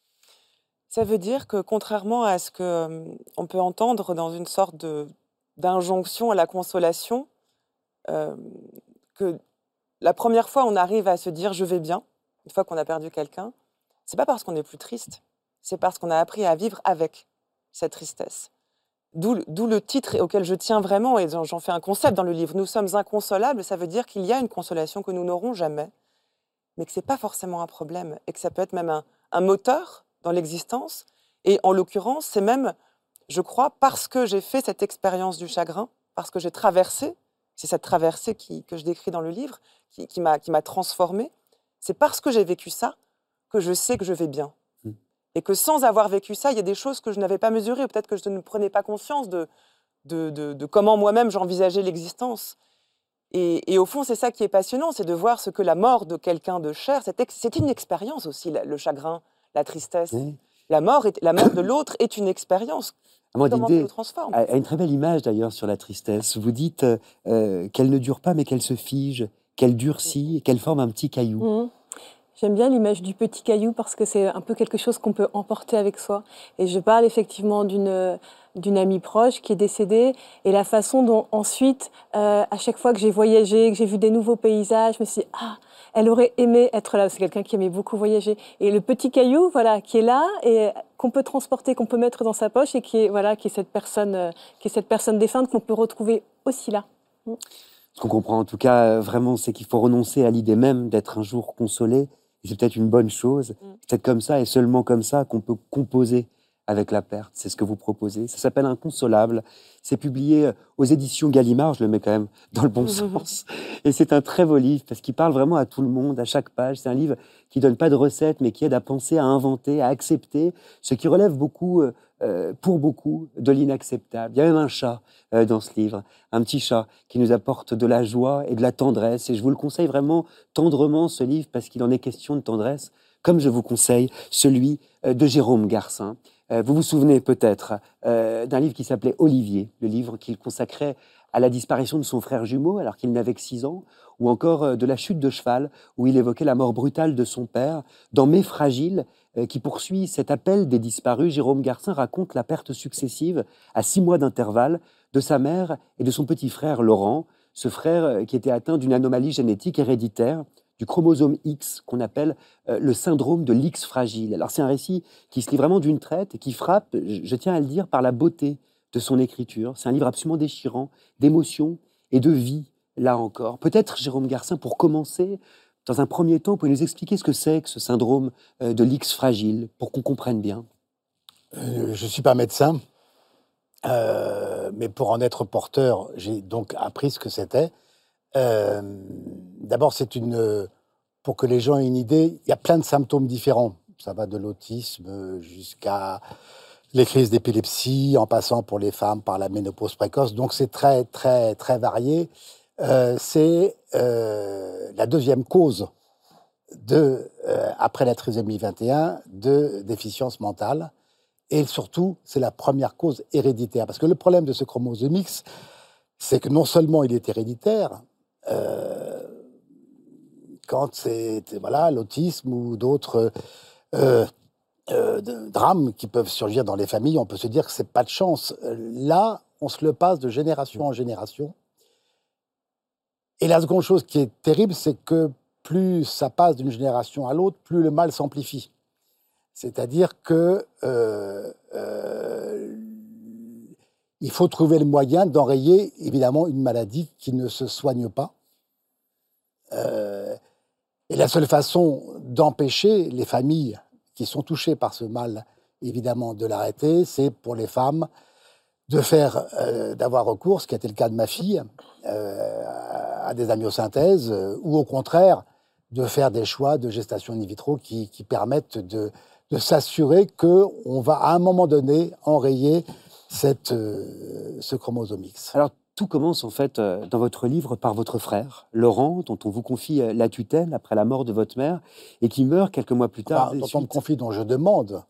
Ça veut dire que, contrairement à ce qu'on euh, peut entendre dans une sorte de, d'injonction à la consolation, euh, que la première fois on arrive à se dire « je vais bien », une fois qu'on a perdu quelqu'un, c'est pas parce qu'on est plus triste, c'est parce qu'on a appris à vivre avec cette tristesse. D'où le, d'où le titre auquel je tiens vraiment, et j'en fais un concept dans le livre. Nous sommes inconsolables, ça veut dire qu'il y a une consolation que nous n'aurons jamais, mais que ce n'est pas forcément un problème, et que ça peut être même un, un moteur dans l'existence. Et en l'occurrence, c'est même, je crois, parce que j'ai fait cette expérience du chagrin, parce que j'ai traversé, c'est cette traversée qui, que je décris dans le livre, qui, qui m'a, qui m'a transformée, c'est parce que j'ai vécu ça que je sais que je vais bien. Et que sans avoir vécu ça, il y a des choses que je n'avais pas mesurées, ou peut-être que je ne prenais pas conscience de, de, de, de comment moi-même j'envisageais l'existence. Et, et au fond, c'est ça qui est passionnant, c'est de voir ce que la mort de quelqu'un de cher, c'est, ex, c'est une expérience aussi, le chagrin, la tristesse. Oui. La mort, est, la mort de l'autre est une expérience. Comment on le transforme. A une très belle image d'ailleurs sur la tristesse. Vous dites euh, qu'elle ne dure pas, mais qu'elle se fige, qu'elle durcit, et qu'elle forme un petit caillou. Mmh. J'aime bien l'image du petit caillou parce que c'est un peu quelque chose qu'on peut emporter avec soi. Et je parle effectivement d'une, d'une amie proche qui est décédée et la façon dont ensuite, euh, à chaque fois que j'ai voyagé, que j'ai vu des nouveaux paysages, je me suis dit, ah, elle aurait aimé être là. C'est quelqu'un qui aimait beaucoup voyager. Et le petit caillou, voilà, qui est là et qu'on peut transporter, qu'on peut mettre dans sa poche et qui est, voilà, qui est cette personne, euh, qui est cette personne défunte qu'on peut retrouver aussi là. Ce qu'on comprend en tout cas vraiment, c'est qu'il faut renoncer à l'idée même d'être un jour consolé. Et c'est peut-être une bonne chose. Mm. C'est peut-être comme ça et seulement comme ça qu'on peut composer avec la perte. C'est ce que vous proposez. Ça s'appelle Inconsolable. C'est publié aux éditions Gallimard. Je le mets quand même dans le bon mmh. sens. Et c'est un très beau livre parce qu'il parle vraiment à tout le monde, à chaque page. C'est un livre qui donne pas de recettes, mais qui aide à penser, à inventer, à accepter ce qui relève beaucoup, euh, pour beaucoup, de l'inacceptable. Il y a même un chat euh, dans ce livre, un petit chat qui nous apporte de la joie et de la tendresse. Et je vous le conseille vraiment tendrement, ce livre, parce qu'il en est question de tendresse, comme je vous conseille celui de Jérôme Garcin. Euh, vous vous souvenez peut-être euh, d'un livre qui s'appelait Olivier, le livre qu'il consacrait à la disparition de son frère jumeau alors qu'il n'avait que six ans, ou encore euh, de la chute de cheval, où il évoquait la mort brutale de son père. Dans Mes fragiles, euh, qui poursuit cet appel des disparus, Jérôme Garcin raconte la perte successive, à six mois d'intervalle, de sa mère et de son petit frère Laurent, ce frère euh, qui était atteint d'une anomalie génétique héréditaire, du chromosome X, qu'on appelle euh, le syndrome de l'X fragile. Alors c'est un récit qui se lit vraiment d'une traite et qui frappe, je, je tiens à le dire, par la beauté de son écriture. C'est un livre absolument déchirant, d'émotion et de vie, là encore. Peut-être, Jérôme Garcin, pour commencer, dans un premier temps, vous pouvez nous expliquer ce que c'est que ce syndrome euh, de l'X fragile, pour qu'on comprenne bien. Euh, je ne suis pas médecin, euh, mais pour en être porteur, j'ai donc appris ce que c'était. Euh, D'abord, c'est une, pour que les gens aient une idée, il y a plein de symptômes différents. Ça va de l'autisme jusqu'à les crises d'épilepsie, en passant pour les femmes par la ménopause précoce. Donc, c'est très, très, très varié. Euh, c'est euh, la deuxième cause, de, euh, après la trisomie vingt et un, de déficience mentale. Et surtout, c'est la première cause héréditaire. Parce que le problème de ce chromosome X, c'est que non seulement il est héréditaire, Euh, quand c'est voilà, l'autisme ou d'autres euh, euh, de drames qui peuvent surgir dans les familles, on peut se dire que c'est pas de chance. Euh, Là, on se le passe de génération en génération. Et la seconde chose qui est terrible, c'est que plus ça passe d'une génération à l'autre, plus le mal s'amplifie. C'est-à-dire que euh, euh, il faut trouver le moyen d'enrayer, évidemment, une maladie qui ne se soigne pas. Euh, et la seule façon d'empêcher les familles qui sont touchées par ce mal, évidemment, de l'arrêter, c'est pour les femmes de faire, euh, d'avoir recours, ce qui a été le cas de ma fille, euh, à des amniosynthèses, euh, ou au contraire, de faire des choix de gestation in vitro qui, qui permettent de, de s'assurer qu'on va, à un moment donné, enrayer cette, euh, ce chromosome X. Alors, tout commence en fait euh, dans votre livre par votre frère, Laurent, dont on vous confie euh, la tutelle après la mort de votre mère et qui meurt quelques mois plus tard. Enfin, des dont on me suites- confie, dont je demande,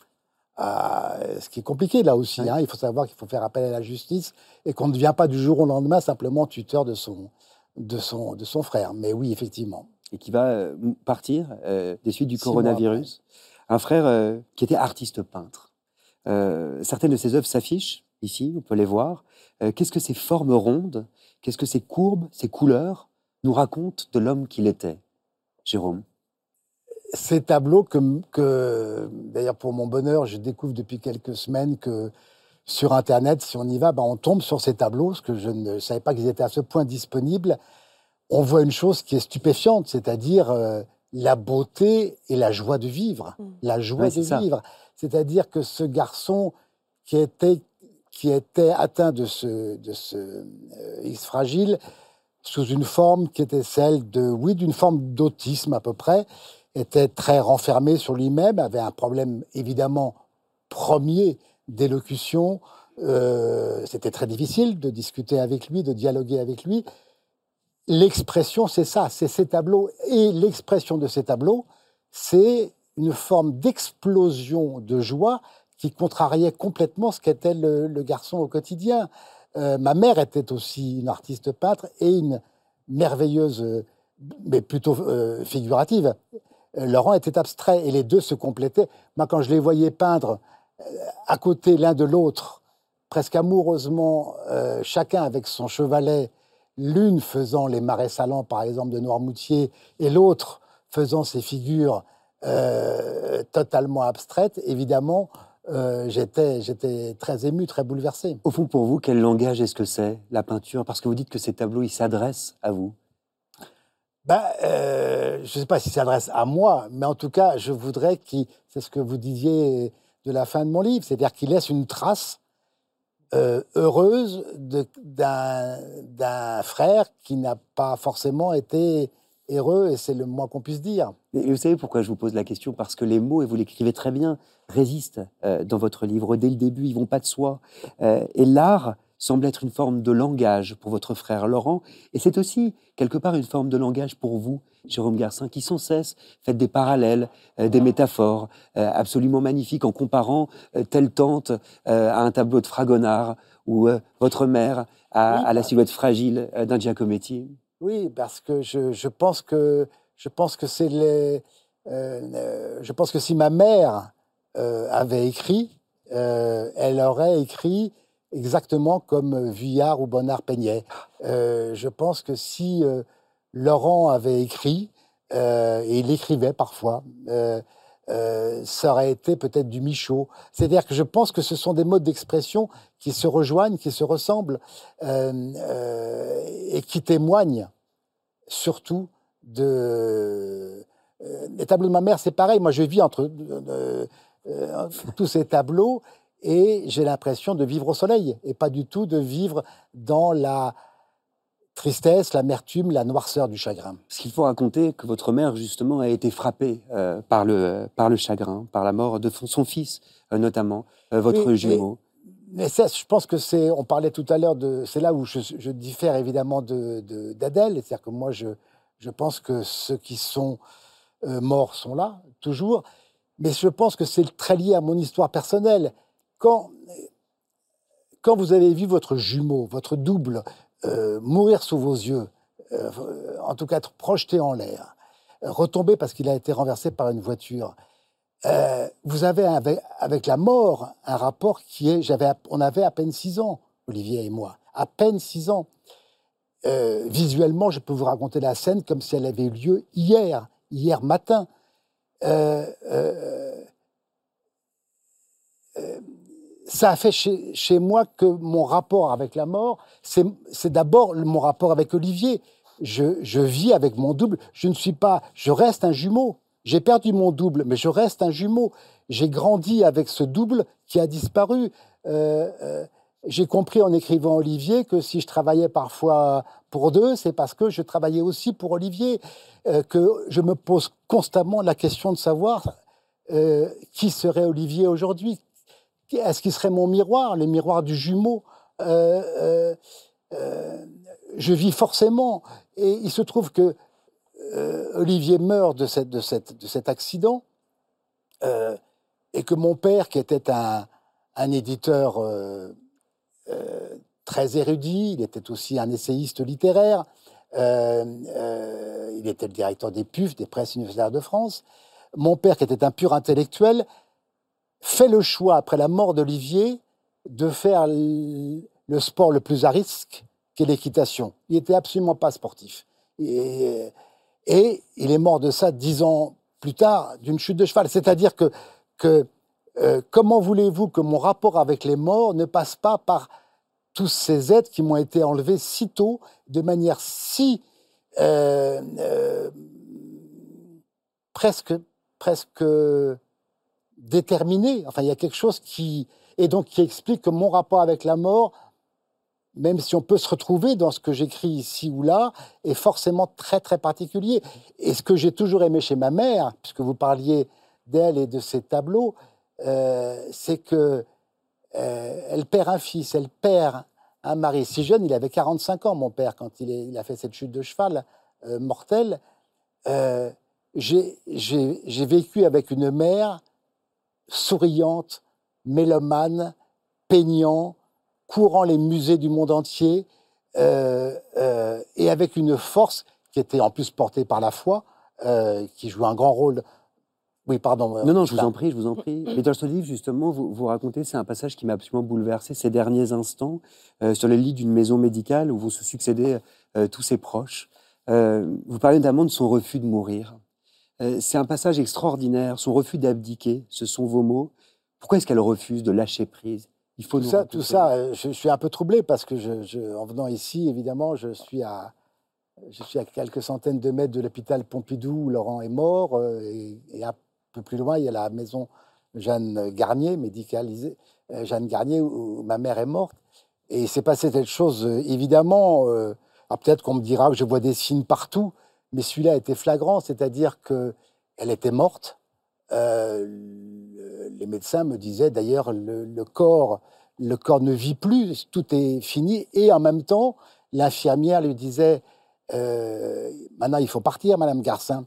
euh, ce qui est compliqué là aussi. Ouais. Hein. Il faut savoir qu'il faut faire appel à la justice et qu'on ne devient pas du jour au lendemain simplement tuteur de son, de son, de son frère. Mais oui, effectivement. Et qui va euh, partir euh, des suites du Six mois coronavirus. Un frère euh, qui était artiste peintre. Euh, certaines de ses œuvres s'affichent ici, on peut les voir. Euh, qu'est-ce que ces formes rondes, qu'est-ce que ces courbes, ces couleurs nous racontent de l'homme qu'il était, Jérôme? Ces tableaux que, que d'ailleurs pour mon bonheur, je découvre depuis quelques semaines que sur Internet, si on y va, ben on tombe sur ces tableaux, parce que je ne savais pas qu'ils étaient à ce point disponibles. On voit une chose qui est stupéfiante, c'est-à-dire euh, la beauté et la joie de vivre. Mm. La joie Ouais, de c'est ça. vivre. C'est-à-dire que ce garçon qui était, qui était atteint de ce, de ce euh, X fragile, sous une forme qui était celle de, oui, d'une forme d'autisme à peu près, était très renfermé sur lui-même, avait un problème évidemment premier d'élocution. Euh, c'était très difficile de discuter avec lui, de dialoguer avec lui. L'expression, c'est ça, c'est ces tableaux. Et l'expression de ces tableaux, c'est une forme d'explosion de joie qui contrariait complètement ce qu'était le, le garçon au quotidien. Euh, ma mère était aussi une artiste peintre et une merveilleuse, euh, mais plutôt euh, figurative. Euh, Laurent était abstrait et les deux se complétaient. Moi, quand je les voyais peindre euh, à côté l'un de l'autre, presque amoureusement, euh, chacun avec son chevalet, l'une faisant les marais salants, par exemple, de Noirmoutier, et l'autre faisant ces figures euh, totalement abstraites, évidemment, euh, j'étais, j'étais très ému, très bouleversé. Au fond, pour vous, quel langage est-ce que c'est, la peinture? Parce que vous dites que ces tableaux, ils s'adressent à vous. Ben, euh, je ne sais pas si ça s'adresse à moi, mais en tout cas, je voudrais qu'il, c'est ce que vous disiez de la fin de mon livre, c'est-à-dire qu'il laisse une trace euh, heureuse de- d'un, d'un frère qui n'a pas forcément été heureux, et c'est le moins qu'on puisse dire. Et vous savez pourquoi je vous pose la question? Parce que les mots, et vous l'écrivez très bien, résistent euh, dans votre livre. Dès le début, ils vont pas de soi. Euh, et l'art semble être une forme de langage pour votre frère Laurent. Et c'est aussi, quelque part, une forme de langage pour vous, Jérôme Garcin, qui sans cesse faites des parallèles, euh, des métaphores euh, absolument magnifiques en comparant euh, telle tante euh, à un tableau de Fragonard ou euh, votre mère à, Oui, à la bah. silhouette fragile euh, d'un Giacometti. Oui, parce que je, je pense que je pense que c'est les, euh, euh, je pense que si ma mère euh, avait écrit, euh, elle aurait écrit exactement comme Vuillard ou Bonnard peignaient. Euh, je pense que si euh, Laurent avait écrit, euh, et il écrivait parfois, euh, euh, ça aurait été peut-être du Michaud. C'est-à-dire que je pense que ce sont des modes d'expression qui se rejoignent, qui se ressemblent, euh, euh, et qui témoignent surtout de... euh, les tableaux de ma mère, c'est pareil. Moi, je vis entre euh, euh, tous ces tableaux et j'ai l'impression de vivre au soleil et pas du tout de vivre dans la tristesse, l'amertume, la noirceur du chagrin. Parce qu'il faut raconter que votre mère, justement, a été frappée euh, par, le, par le chagrin, par la mort de son fils, euh, notamment, euh, votre Oui, jumeau. Mais ça, je pense que c'est, on parlait tout à l'heure de, c'est là où je, je diffère évidemment de, de- d'Adèle, c'est-à-dire que moi, je, je pense que ceux qui sont euh, morts sont là, toujours, mais je pense que c'est très lié à mon histoire personnelle. Quand, quand vous avez vu votre jumeau, votre double, euh, mourir sous vos yeux, euh, en tout cas être projeté en l'air, euh, retomber parce qu'il a été renversé par une voiture, euh, vous avez avec, avec la mort un rapport qui est... J'avais, on avait à peine six ans, Olivier et moi, à peine six ans. Euh, visuellement, je peux vous raconter la scène comme si elle avait eu lieu hier, hier matin. Euh, euh, euh, ça a fait chez, chez moi que mon rapport avec la mort, c'est, c'est d'abord mon rapport avec Olivier. Je, je vis avec mon double. Je ne suis pas... Je reste un jumeau. J'ai perdu mon double, mais je reste un jumeau. J'ai grandi avec ce double qui a disparu. Euh, euh, j'ai compris en écrivant Olivier que si je travaillais parfois pour deux, c'est parce que je travaillais aussi pour Olivier. Euh, que je me pose constamment la question de savoir euh, qui serait Olivier aujourd'hui. Est-ce qu'il serait mon miroir, le miroir du jumeau euh, euh, euh, Je vis forcément. Et il se trouve que euh, Olivier meurt de, cette, de, cette, de cet accident euh, et que mon père, qui était un, un éditeur euh, euh, très érudit, il était aussi un essayiste littéraire, euh, euh, il était le directeur des P U F, des Presses universitaires de France. Mon père, qui était un pur intellectuel, fait le choix, après la mort d'Olivier, de faire le sport le plus à risque, qui est l'équitation. Il n'était absolument pas sportif. Et, et il est mort de ça dix ans plus tard, d'une chute de cheval. C'est-à-dire que, que euh, comment voulez-vous que mon rapport avec les morts ne passe pas par tous ces êtres qui m'ont été enlevés si tôt, de manière si euh, euh, presque, presque déterminée. Enfin, il y a quelque chose qui... Et donc, qui explique que mon rapport avec la mort, même si on peut se retrouver dans ce que j'écris ici ou là, est forcément très, très particulier. Et ce que j'ai toujours aimé chez ma mère, puisque vous parliez d'elle et de ses tableaux, euh, c'est que euh, elle perd un fils, elle perd un mari. Si jeune, il avait quarante-cinq ans, mon père, quand il, est, il a fait cette chute de cheval euh, mortelle. Euh, j'ai, j'ai, j'ai vécu avec une mère souriante, mélomane, peignant, courant les musées du monde entier, euh, euh, et avec une force qui était en plus portée par la foi, euh, qui jouait un grand rôle. Oui, pardon. Non, non, je vous en prie, je vous en prie. Mais dans ce livre, justement, vous, vous racontez, c'est un passage qui m'a absolument bouleversé, ces derniers instants, euh, sur le lit d'une maison médicale où vous se succédez euh, tous ses proches. Euh, vous parlez notamment de son refus de mourir. Euh, c'est un passage extraordinaire, son refus d'abdiquer, ce sont vos mots. Pourquoi est-ce qu'elle refuse de lâcher prise? Il faut tout nous ça, raconter. tout ça euh, je, je suis un peu troublé parce que, je, je, en venant ici, évidemment, je suis à, je suis à quelques centaines de mètres de l'hôpital Pompidou où Laurent est mort, euh, et, et un peu plus loin, il y a la maison Jeanne Garnier, médicalisée, euh, Jeanne Garnier, où, où ma mère est morte. Et il s'est passé cette chose, euh, évidemment, euh, alors peut-être qu'on me dira que je vois des signes partout, mais celui-là était flagrant, c'est-à-dire qu'elle était morte. Euh, le, les médecins me disaient d'ailleurs le, le corps, le corps ne vit plus, tout est fini. Et en même temps, l'infirmière lui disait euh, maintenant il faut partir, Madame Garcin.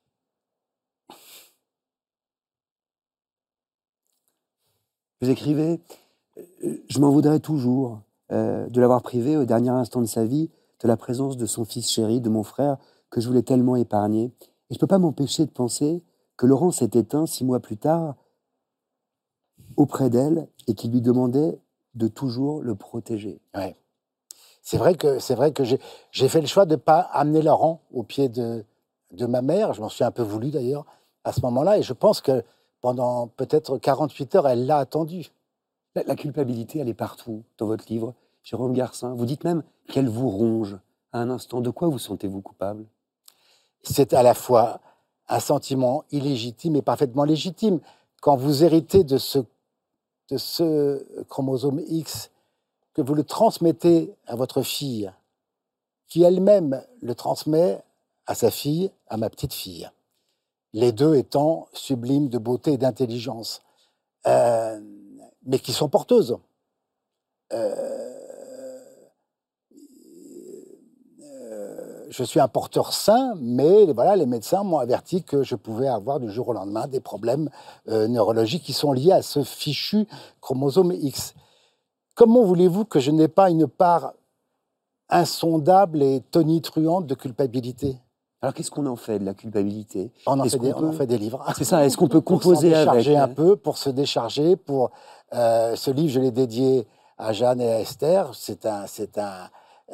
Vous écrivez euh, je m'en voudrais toujours euh, de l'avoir privé au dernier instant de sa vie de la présence de son fils chéri, de mon frère, que je voulais tellement épargner. Et je ne peux pas m'empêcher de penser que Laurent s'est éteint six mois plus tard auprès d'elle et qu'il lui demandait de toujours le protéger. Ouais. C'est vrai que, c'est vrai que j'ai, j'ai fait le choix de ne pas amener Laurent au pied de, de ma mère. Je m'en suis un peu voulu d'ailleurs à ce moment-là. Et je pense que pendant peut-être quarante-huit heures, elle l'a attendu. La, la culpabilité, elle est partout dans votre livre, Jérôme Garcin. Vous dites même qu'elle vous ronge à un instant. De quoi vous sentez-vous coupable? C'est à la fois un sentiment illégitime et parfaitement légitime. Quand vous héritez de ce, de ce chromosome X, que vous le transmettez à votre fille, qui elle-même le transmet à sa fille, à ma petite fille, les deux étant sublimes de beauté et d'intelligence, euh, mais qui sont porteuses. Euh, Je suis un porteur sain, mais voilà, les médecins m'ont averti que je pouvais avoir du jour au lendemain des problèmes euh, neurologiques qui sont liés à ce fichu chromosome X. Comment voulez-vous que je n'ai pas une part insondable et tonitruante de culpabilité? Alors, qu'est-ce qu'on en fait de la culpabilité? On en, Est-ce fait des, qu'on on en peut- fait des livres. C'est ça, est-ce qu'on peut Pour s'en composer avec décharger un euh, peu, pour se décharger, pour euh, ce livre, je l'ai dédié à Jeanne et à Esther. C'est un, c'est un,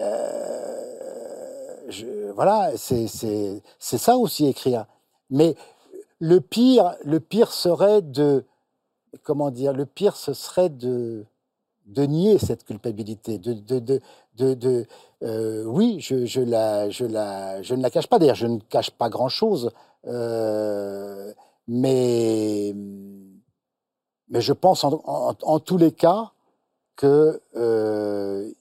euh, je- voilà, c'est, c'est, c'est ça aussi écrire. Mais le pire, le pire serait de, comment dire, le pire ce serait de, de nier cette culpabilité, de, de, de, de, de- euh, oui, je, je la, je la, je ne la cache pas. D'ailleurs, je ne cache pas grand-chose. Euh, mais, mais je pense en, en- en tous les cas que euh,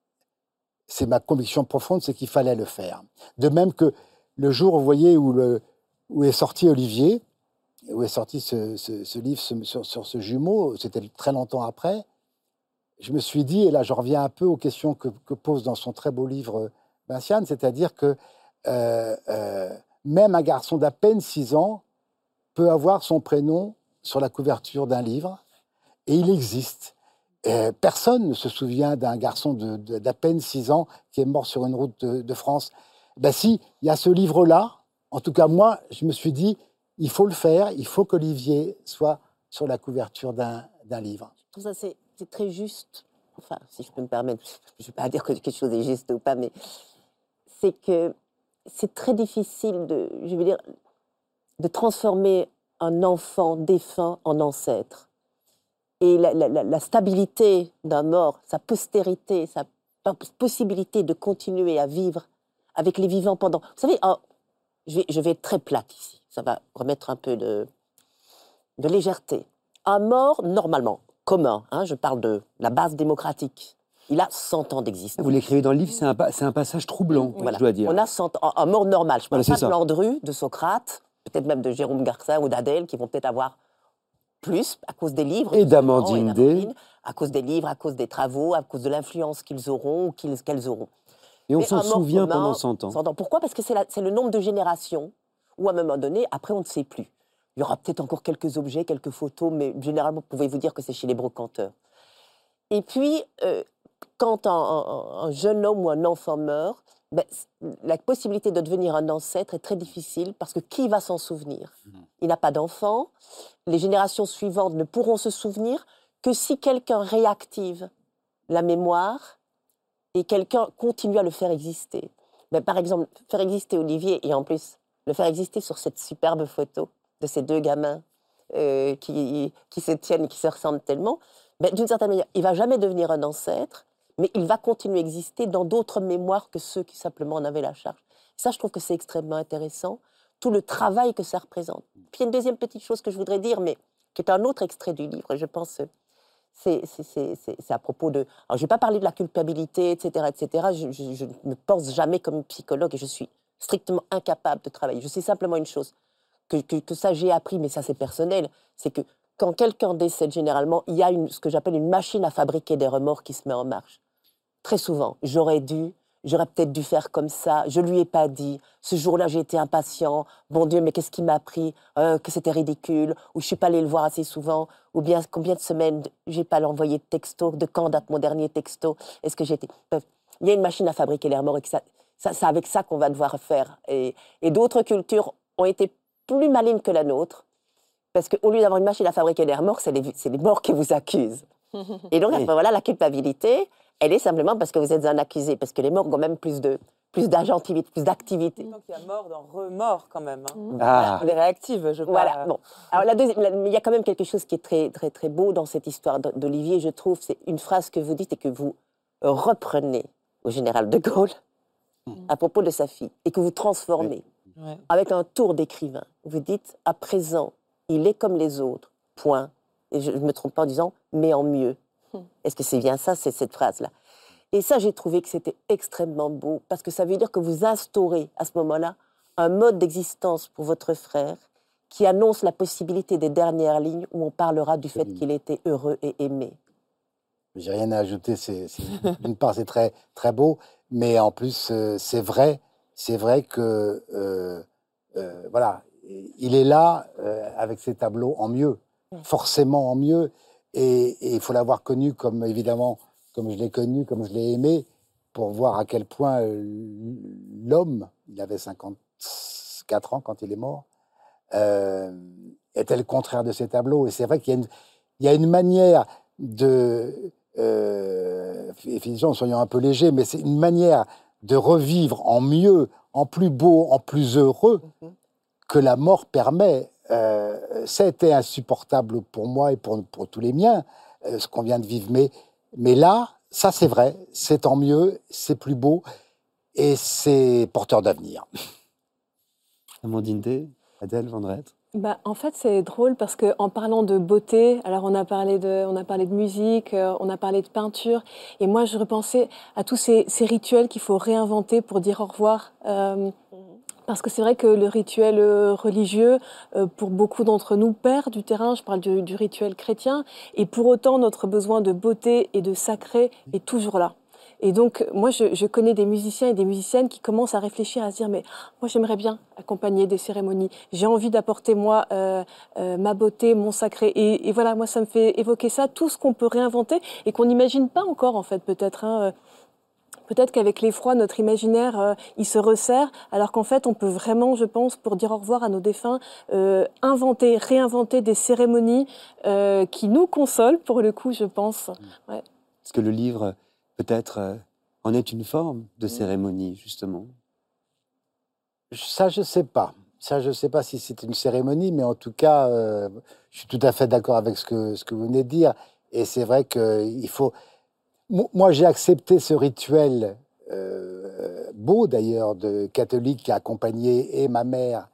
c'est ma conviction profonde, c'est qu'il fallait le faire. De même que le jour, vous voyez, où, le, où est sorti Olivier, où est sorti ce, ce- ce livre ce- sur, sur ce jumeau, c'était très longtemps après, je me suis dit, et là je reviens un peu aux questions que, que pose dans son très beau livre Vinciane, c'est-à-dire que euh, euh, même un garçon d'à peine six ans peut avoir son prénom sur la couverture d'un livre, et il existe. Euh, personne ne se souvient d'un garçon de- de- d'à peine six ans qui est mort sur une route de, de France. Ben si, il y a ce livre-là, en tout cas moi, je me suis dit, il faut le faire, il faut qu'Olivier soit sur la couverture d'un d'un livre. Je trouve ça c'est, c'est très juste. Enfin, si je peux me permettre, je ne vais pas dire que quelque chose est juste ou pas, mais c'est que c'est très difficile de, je veux dire, de transformer un enfant défunt en ancêtre. Et la, la- la- la stabilité d'un mort, sa postérité, sa possibilité de continuer à vivre avec les vivants pendant... Vous savez, un- je, vais, je vais être très plate ici, ça va remettre un peu de, de légèreté. Un mort, normalement, commun, hein, je parle de la base démocratique, il a cent ans d'existence. Vous l'écrivez dans le livre, c'est un, pa- c'est un passage troublant, Voilà. je dois dire. On a cent ans, un mort normal. Je Voilà, parle c'est pas ça. de Landru, de Socrate, peut-être même de Jérôme Garcin ou d'Adèle, qui vont peut-être avoir plus à cause des livres. Et justement, d'Amandine et Day. à cause des livres, à cause des travaux, à cause de l'influence qu'ils auront ou qu'ils, qu'elles auront. Et on Mais s'en un mort souvient commun, pendant cent ans. cent ans. Pourquoi? Parce que c'est, la- c'est le nombre de générations où, à un moment donné, après, on ne sait plus. Il y aura peut-être encore quelques objets, quelques photos, mais généralement, pouvez-vous dire que c'est chez les brocanteurs. Et puis, euh, quand un, un- un jeune homme ou un enfant meurt, ben, la possibilité de devenir un ancêtre est très difficile parce que qui va s'en souvenir? Il n'a pas d'enfant. Les générations suivantes ne pourront se souvenir que si quelqu'un réactive la mémoire et quelqu'un continue à le faire exister. Ben, par exemple, faire exister Olivier et en plus le faire exister sur cette superbe photo de ces deux gamins euh, qui, qui se tiennent et qui se ressemblent tellement, ben, d'une certaine manière, il ne va jamais devenir un ancêtre, mais il va continuer à exister dans d'autres mémoires que ceux qui simplement en avaient la charge. Ça, je trouve que c'est extrêmement intéressant, tout le travail que ça représente. Puis il y a une deuxième petite chose que je voudrais dire, mais qui est un autre extrait du livre, et je pense c'est, c'est, c'est, c'est, c'est à propos de... Alors, je ne vais pas parler de la culpabilité, et cetera, et cetera. Je, je, je ne me pense jamais comme psychologue et je suis strictement incapable de travailler. Je sais simplement une chose, que, que, que ça j'ai appris, mais ça c'est personnel, c'est que quand quelqu'un décède, généralement, il y a une, ce que j'appelle une machine à fabriquer des remords qui se met en marche. Très souvent, j'aurais dû, j'aurais peut-être dû faire comme ça, je lui ai pas dit, ce jour-là j'ai été impatient, bon Dieu, mais qu'est-ce qui m'a pris, euh, que c'était ridicule, ou je suis pas allée le voir assez souvent, ou bien combien de semaines j'ai pas envoyé de texto, de quand date mon dernier texto, est-ce que j'ai été... Bref, il y a une machine à fabriquer les remords et que ça, ça, c'est avec ça qu'on va devoir faire. Et, et d'autres cultures ont été plus malines que la nôtre, parce qu'au lieu d'avoir une machine à fabriquer des remords, c'est les, c'est les morts qui vous accusent. Et donc, Oui. enfin, voilà, la culpabilité, elle est simplement parce que vous êtes un accusé, parce que les morts ont même plus de plus d'agentivité, plus d'activité. Donc il y a mort dans remords quand même. Hein. Ah, On est réactive, je Voilà. parle. Bon. Alors la deuxième, la- mais il y a quand même quelque chose qui est très très très beau dans cette histoire d- d'Olivier, je trouve, c'est une phrase que vous dites et que vous reprenez au général de Gaulle à propos de sa fille et que vous transformez Ouais. avec un tour d'écrivain. Vous dites à présent, il est comme les autres. Point. Et je ne me trompe pas en disant mais en mieux. Est-ce que c'est bien ça, c'est cette phrase-là? Et ça, j'ai trouvé que c'était extrêmement beau, parce que ça veut dire que vous instaurez, à ce moment-là, un mode d'existence pour votre frère qui annonce la possibilité des dernières lignes où on parlera du fait Absolument. qu'il était heureux et aimé. J'ai rien à ajouter. C'est, c'est- d'une part, c'est très, très beau, mais en plus, euh, c'est vrai. C'est vrai que, euh, euh, voilà, il est là euh, avec ses tableaux en mieux, forcément en mieux. Et et il faut l'avoir connu comme, évidemment, comme je l'ai connu, comme je l'ai aimé, pour voir à quel point euh, l'homme, il avait cinquante quatre ans quand il est mort, euh, était le contraire de ces tableaux. Et c'est vrai qu'il y a une, il y a une manière de... Euh, effectivement, soyons un peu légers, mais c'est une manière de revivre en mieux, en plus beau, en plus heureux, mm-hmm. que la mort permet. Euh, ça a été insupportable pour moi et pour, pour tous les miens, euh, ce qu'on vient de vivre. Mais, mais là, ça c'est vrai, c'est tant mieux, c'est plus beau et c'est porteur d'avenir. Amandine Day, Adèle Van Rett. Bah, en fait, c'est drôle parce qu'en parlant de beauté, alors on a parlé de, on a parlé de musique, euh, on a parlé de peinture, et moi je repensais à tous ces, ces rituels qu'il faut réinventer pour dire au revoir. Euh, Parce que c'est vrai que le rituel religieux, euh, pour beaucoup d'entre nous, perd du terrain. Je parle du, du rituel chrétien. Et pour autant, notre besoin de beauté et de sacré est toujours là. Et donc, moi, je, je connais des musiciens et des musiciennes qui commencent à réfléchir, à se dire, mais moi, j'aimerais bien accompagner des cérémonies. J'ai envie d'apporter, moi, euh, euh, ma beauté, mon sacré. Et, et voilà, moi, ça me fait évoquer ça, tout ce qu'on peut réinventer et qu'on n'imagine pas encore, en fait, peut-être, hein. Peut-être qu'avec l'effroi, notre imaginaire, euh, il se resserre, alors qu'en fait, on peut vraiment, je pense, pour dire au revoir à nos défunts, euh, inventer, réinventer des cérémonies euh, qui nous consolent, pour le coup, je pense. Ouais. Est-ce que le livre, peut-être, euh, en est une forme de cérémonie, justement? Ça, je ne sais pas. Ça, je ne sais pas si c'est une cérémonie, mais en tout cas, euh, je suis tout à fait d'accord avec ce que, ce que vous venez de dire. Et c'est vrai qu'il faut... Moi, j'ai accepté ce rituel, euh, beau d'ailleurs, de catholique qui a accompagné et ma mère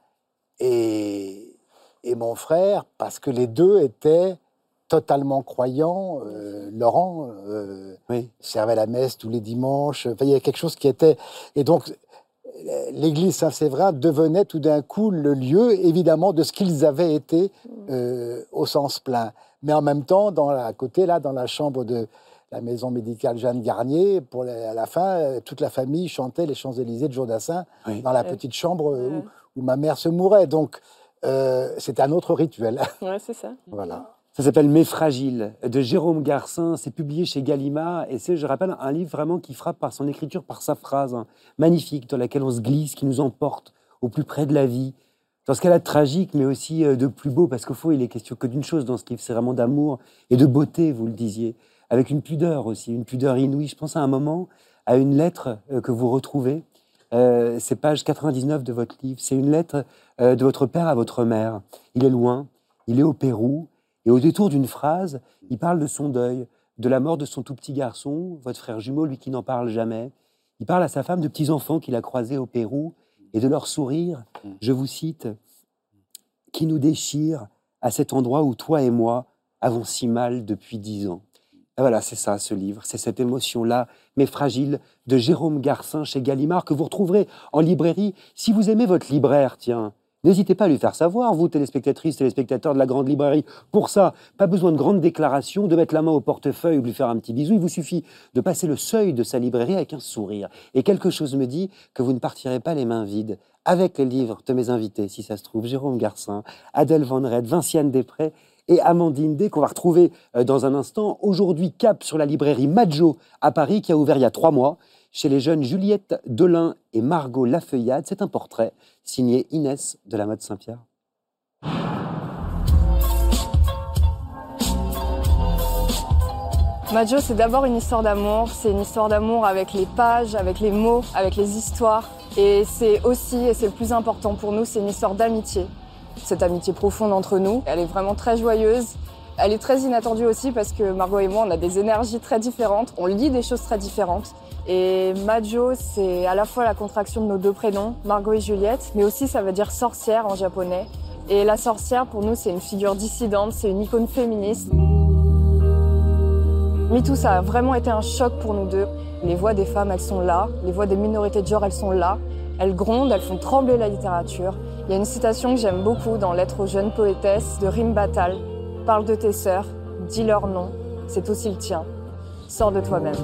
et, et mon frère, parce que les deux étaient totalement croyants. Euh, Laurent euh, oui. servait la messe tous les dimanches. Enfin, il y a quelque chose qui était... Et donc, l'église Saint-Séverin devenait tout d'un coup le lieu, évidemment, de ce qu'ils avaient été euh, au sens plein. Mais en même temps, dans la, à côté, là, dans la chambre de... la maison médicale Jeanne Garnier, pour la, à la fin, toute la famille chantait les Champs-Élysées de Jodassin oui. dans la oui. petite chambre où, oui. où ma mère se mourait. Donc, euh, c'est un autre rituel. Ouais, c'est ça. Voilà. Ça s'appelle Mes fragiles, de Jérôme Garcin. C'est publié chez Gallimard. Et c'est, je rappelle, un livre vraiment qui frappe par son écriture, par sa phrase hein, magnifique, dans laquelle on se glisse, qui nous emporte au plus près de la vie. Dans ce cas-là, de tragique, mais aussi de plus beau, parce qu'au fond, il est question que d'une chose dans ce livre, c'est vraiment d'amour et de beauté, vous le disiez. Avec une pudeur aussi, une pudeur inouïe. Je pense à un moment, à une lettre euh, que vous retrouvez. Euh, c'est page quatre-vingt-dix-neuf de votre livre. C'est une lettre euh, de votre père à votre mère. Il est loin, il est au Pérou. Et au détour d'une phrase, il parle de son deuil, de la mort de son tout petit garçon, votre frère jumeau, lui qui n'en parle jamais. Il parle à sa femme de petits-enfants qu'il a croisés au Pérou et de leur sourire, je vous cite, « qui nous déchire à cet endroit où toi et moi avons si mal depuis dix ans ». Et voilà, c'est ça, ce livre, c'est cette émotion-là, mais fragile, de Jérôme Garcin chez Gallimard, que vous retrouverez en librairie. Si vous aimez votre libraire, tiens, n'hésitez pas à lui faire savoir, vous, téléspectatrices, téléspectateurs de la grande librairie. Pour ça, pas besoin de grandes déclarations, de mettre la main au portefeuille ou de lui faire un petit bisou. Il vous suffit de passer le seuil de sa librairie avec un sourire. Et quelque chose me dit que vous ne partirez pas les mains vides avec les livres de mes invités, si ça se trouve, Jérôme Garcin, Adèle Van Rett, Vinciane Després et Amandine Day, qu'on va retrouver dans un instant. Aujourd'hui, cap sur la librairie Majo à Paris, qui a ouvert il y a trois mois, chez les jeunes Juliette Delin et Margot Lafeuillade. C'est un portrait signé Inès de la Motte Saint-Pierre. Majo, c'est d'abord une histoire d'amour. C'est une histoire d'amour avec les pages, avec les mots, avec les histoires. Et c'est aussi, et c'est le plus important pour nous, c'est une histoire d'amitié. Cette amitié profonde entre nous, elle est vraiment très joyeuse. Elle est très inattendue aussi parce que Margot et moi, on a des énergies très différentes. On lit des choses très différentes. Et Majo, c'est à la fois la contraction de nos deux prénoms, Margot et Juliette, mais aussi ça veut dire sorcière en japonais. Et la sorcière, pour nous, c'est une figure dissidente, c'est une icône féministe. MeToo, ça a vraiment été un choc pour nous deux. Les voix des femmes, elles sont là. Les voix des minorités de genre, elles sont là. Elles grondent, elles font trembler la littérature. Il y a une citation que j'aime beaucoup dans Lettres aux jeunes poétesses de Rim Batal. Parle de tes sœurs, dis leur nom, c'est aussi le tien. Sors de toi-même.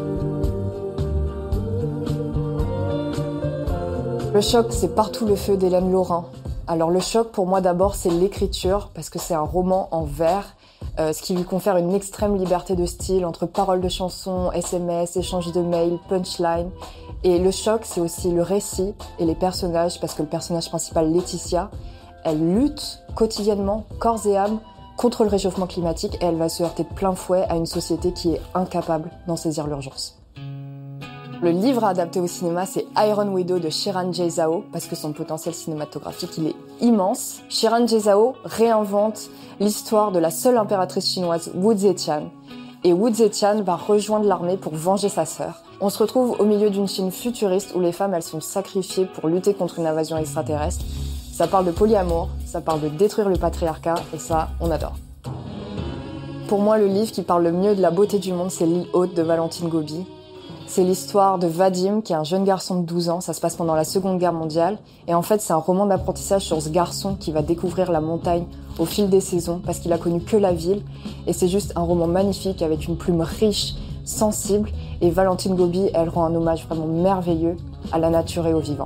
Le choc, c'est Partout le feu d'Hélène Laurin. Alors le choc, pour moi d'abord, c'est l'écriture, parce que c'est un roman en vers, euh, ce qui lui confère une extrême liberté de style entre paroles de chansons, S M S, échanges de mails, punchline. Et le choc, c'est aussi le récit et les personnages, parce que le personnage principal, Laetitia, elle lutte quotidiennement, corps et âme, contre le réchauffement climatique et elle va se heurter plein fouet à une société qui est incapable d'en saisir l'urgence. Le livre adapté au cinéma, c'est Iron Widow de Shiran Jay-Zhao, parce que son potentiel cinématographique, il est immense. Shiran Jay-Zhao réinvente l'histoire de la seule impératrice chinoise, Wu Zetian. Et Wu Zetian va rejoindre l'armée pour venger sa sœur. On se retrouve au milieu d'une Chine futuriste où les femmes, elles sont sacrifiées pour lutter contre une invasion extraterrestre. Ça parle de polyamour, ça parle de détruire le patriarcat, et ça, on adore. Pour moi, le livre qui parle le mieux de la beauté du monde, c'est L'île haute de Valentine Gobi. C'est l'histoire de Vadim, qui est un jeune garçon de douze ans. Ça se passe pendant la Seconde Guerre mondiale. Et en fait, c'est un roman d'apprentissage sur ce garçon qui va découvrir la montagne au fil des saisons, parce qu'il a connu que la ville. Et c'est juste un roman magnifique, avec une plume riche, sensible. Et Valentine Gobi, elle rend un hommage vraiment merveilleux à la nature et aux vivants.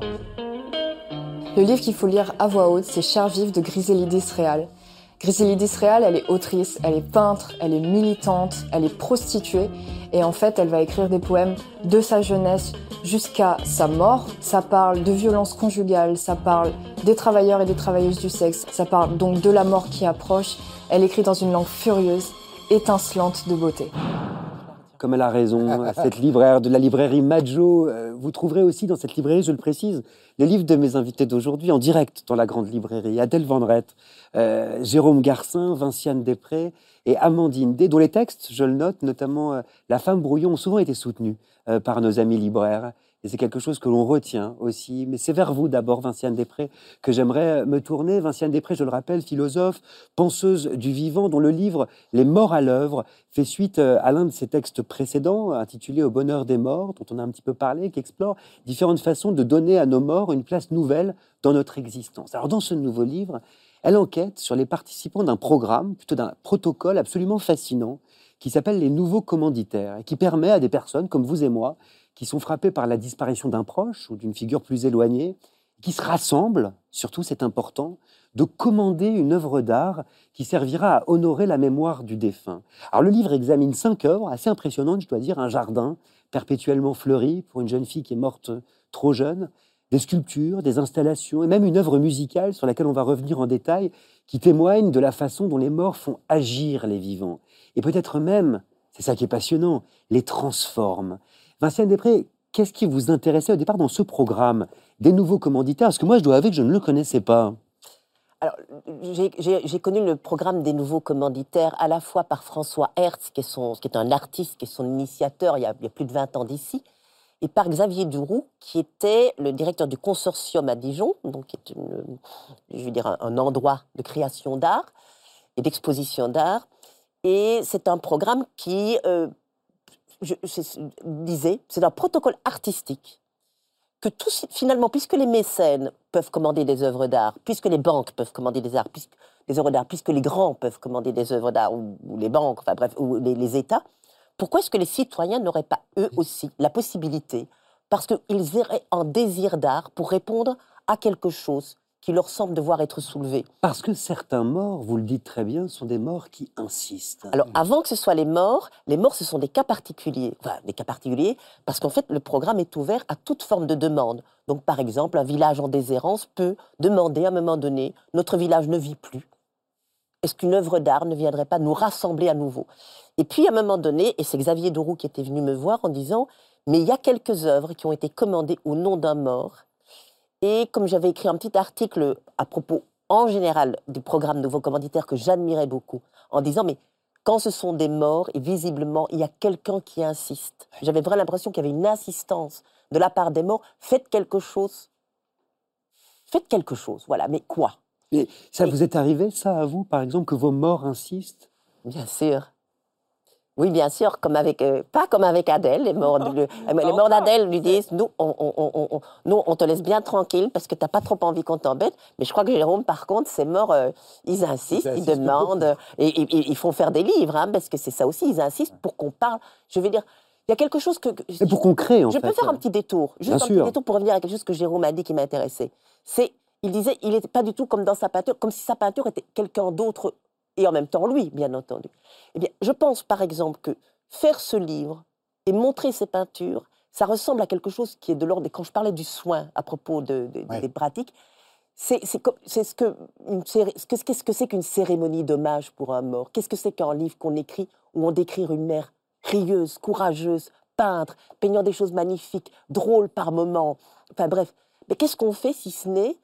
Le livre qu'il faut lire à voix haute, c'est Chair vive de Griselidis Réal. Griselidis Réal, elle est autrice, elle est peintre, elle est militante, elle est prostituée. Et en fait, elle va écrire des poèmes de sa jeunesse jusqu'à sa mort. Ça parle de violence conjugale, ça parle des travailleurs et des travailleuses du sexe, ça parle donc de la mort qui approche. Elle écrit dans une langue furieuse, étincelante de beauté. Comme elle a raison, cette libraire de la librairie Majo, euh, vous trouverez aussi dans cette librairie, je le précise, les livres de mes invités d'aujourd'hui en direct dans la grande librairie. Adèle Vendrette, euh, Jérôme Garcin, Vinciane Després et Amandine D, dont les textes, je le note, notamment euh, La femme brouillon, ont souvent été soutenus euh, par nos amis libraires. Et c'est quelque chose que l'on retient aussi. Mais c'est vers vous d'abord, Vinciane Després, que j'aimerais me tourner. Vinciane Després, je le rappelle, philosophe, penseuse du vivant, dont le livre « Les morts à l'œuvre » fait suite à l'un de ses textes précédents, intitulé « Au bonheur des morts », dont on a un petit peu parlé, qui explore différentes façons de donner à nos morts une place nouvelle dans notre existence. Alors dans ce nouveau livre, elle enquête sur les participants d'un programme, plutôt d'un protocole absolument fascinant, qui s'appelle les nouveaux commanditaires, et qui permet à des personnes comme vous et moi, qui sont frappés par la disparition d'un proche ou d'une figure plus éloignée, qui se rassemblent, surtout c'est important, de commander une œuvre d'art qui servira à honorer la mémoire du défunt. Alors le livre examine cinq œuvres assez impressionnantes, je dois dire, un jardin perpétuellement fleuri pour une jeune fille qui est morte trop jeune, des sculptures, des installations et même une œuvre musicale sur laquelle on va revenir en détail, qui témoigne de la façon dont les morts font agir les vivants. Et peut-être même, c'est ça qui est passionnant, les transforme. Vinciane Després, qu'est-ce qui vous intéressait au départ dans ce programme des nouveaux commanditaires? Parce que moi, je dois avouer que je ne le connaissais pas. Alors, j'ai, j'ai, j'ai connu le programme des nouveaux commanditaires à la fois par François Hertz, qui est, son, qui est un artiste, qui est son initiateur il y a, il y a plus de vingt ans d'ici, et par Xavier Duroux, qui était le directeur du consortium à Dijon, donc qui est une, je veux dire, un, un endroit de création d'art et d'exposition d'art. Et c'est un programme qui... Euh, Je, je disais, c'est un protocole artistique que tous, finalement, puisque les mécènes peuvent commander des œuvres d'art, puisque les banques peuvent commander des, arts, puisque, des œuvres d'art, puisque les grands peuvent commander des œuvres d'art, ou, ou les banques, enfin bref, ou les, les États, pourquoi est-ce que les citoyens n'auraient pas, eux aussi, la possibilité, parce qu'ils auraient un désir d'art pour répondre à quelque chose qui leur semble devoir être soulevé. Parce que certains morts, vous le dites très bien, sont des morts qui insistent. Alors, avant que ce soit les morts, les morts, ce sont des cas particuliers. Enfin, des cas particuliers, parce qu'en fait, le programme est ouvert à toute forme de demande. Donc, par exemple, un village en déshérence peut demander à un moment donné, notre village ne vit plus. Est-ce qu'une œuvre d'art ne viendrait pas nous rassembler à nouveau? Et puis, à un moment donné, et c'est Xavier Duroux qui était venu me voir en disant, mais il y a quelques œuvres qui ont été commandées au nom d'un mort. Et comme j'avais écrit un petit article à propos, en général, du programme Nouveaux Commanditaires que j'admirais beaucoup, en disant, mais quand ce sont des morts, et visiblement, il y a quelqu'un qui insiste. J'avais vraiment l'impression qu'il y avait une insistance de la part des morts. Faites quelque chose. Faites quelque chose, voilà. Mais quoi? Et ça et... vous est arrivé, ça, à vous, par exemple, que vos morts insistent? Bien sûr. Oui, bien sûr, comme avec, euh, pas comme avec Adèle. Les morts, le, les morts d'Adèle lui disent, nous on, on, on, on, nous, on te laisse bien tranquille parce que tu n'as pas trop envie qu'on t'embête. Mais je crois que Jérôme, par contre, ces morts, euh, ils insistent, ils, ils demandent, et, et, et ils font faire des livres, hein, parce que c'est ça aussi, ils insistent pour qu'on parle. Je veux dire, il y a quelque chose que... que et pour qu'on crée, en je fait. Je peux faire un petit détour, juste bien un sûr. petit détour pour revenir à quelque chose que Jérôme a dit qui m'intéressait. C'est, il disait, il n'était pas du tout comme dans sa peinture, comme si sa peinture était quelqu'un d'autre et en même temps lui, bien entendu. Eh bien, je pense par exemple que faire ce livre et montrer ces peintures, ça ressemble à quelque chose qui est de l'ordre, quand je parlais du soin à propos de, de, Ouais. des pratiques, c'est c'est comme- c'est ce que une céré- ce que- qu'est-ce que c'est qu'une cérémonie d'hommage pour un mort? Qu'est-ce que c'est qu'un livre qu'on écrit où on décrit une mère rieuse, courageuse, peintre, peignant des choses magnifiques, drôle par moments, enfin bref. Mais qu'est-ce qu'on fait si ce n'est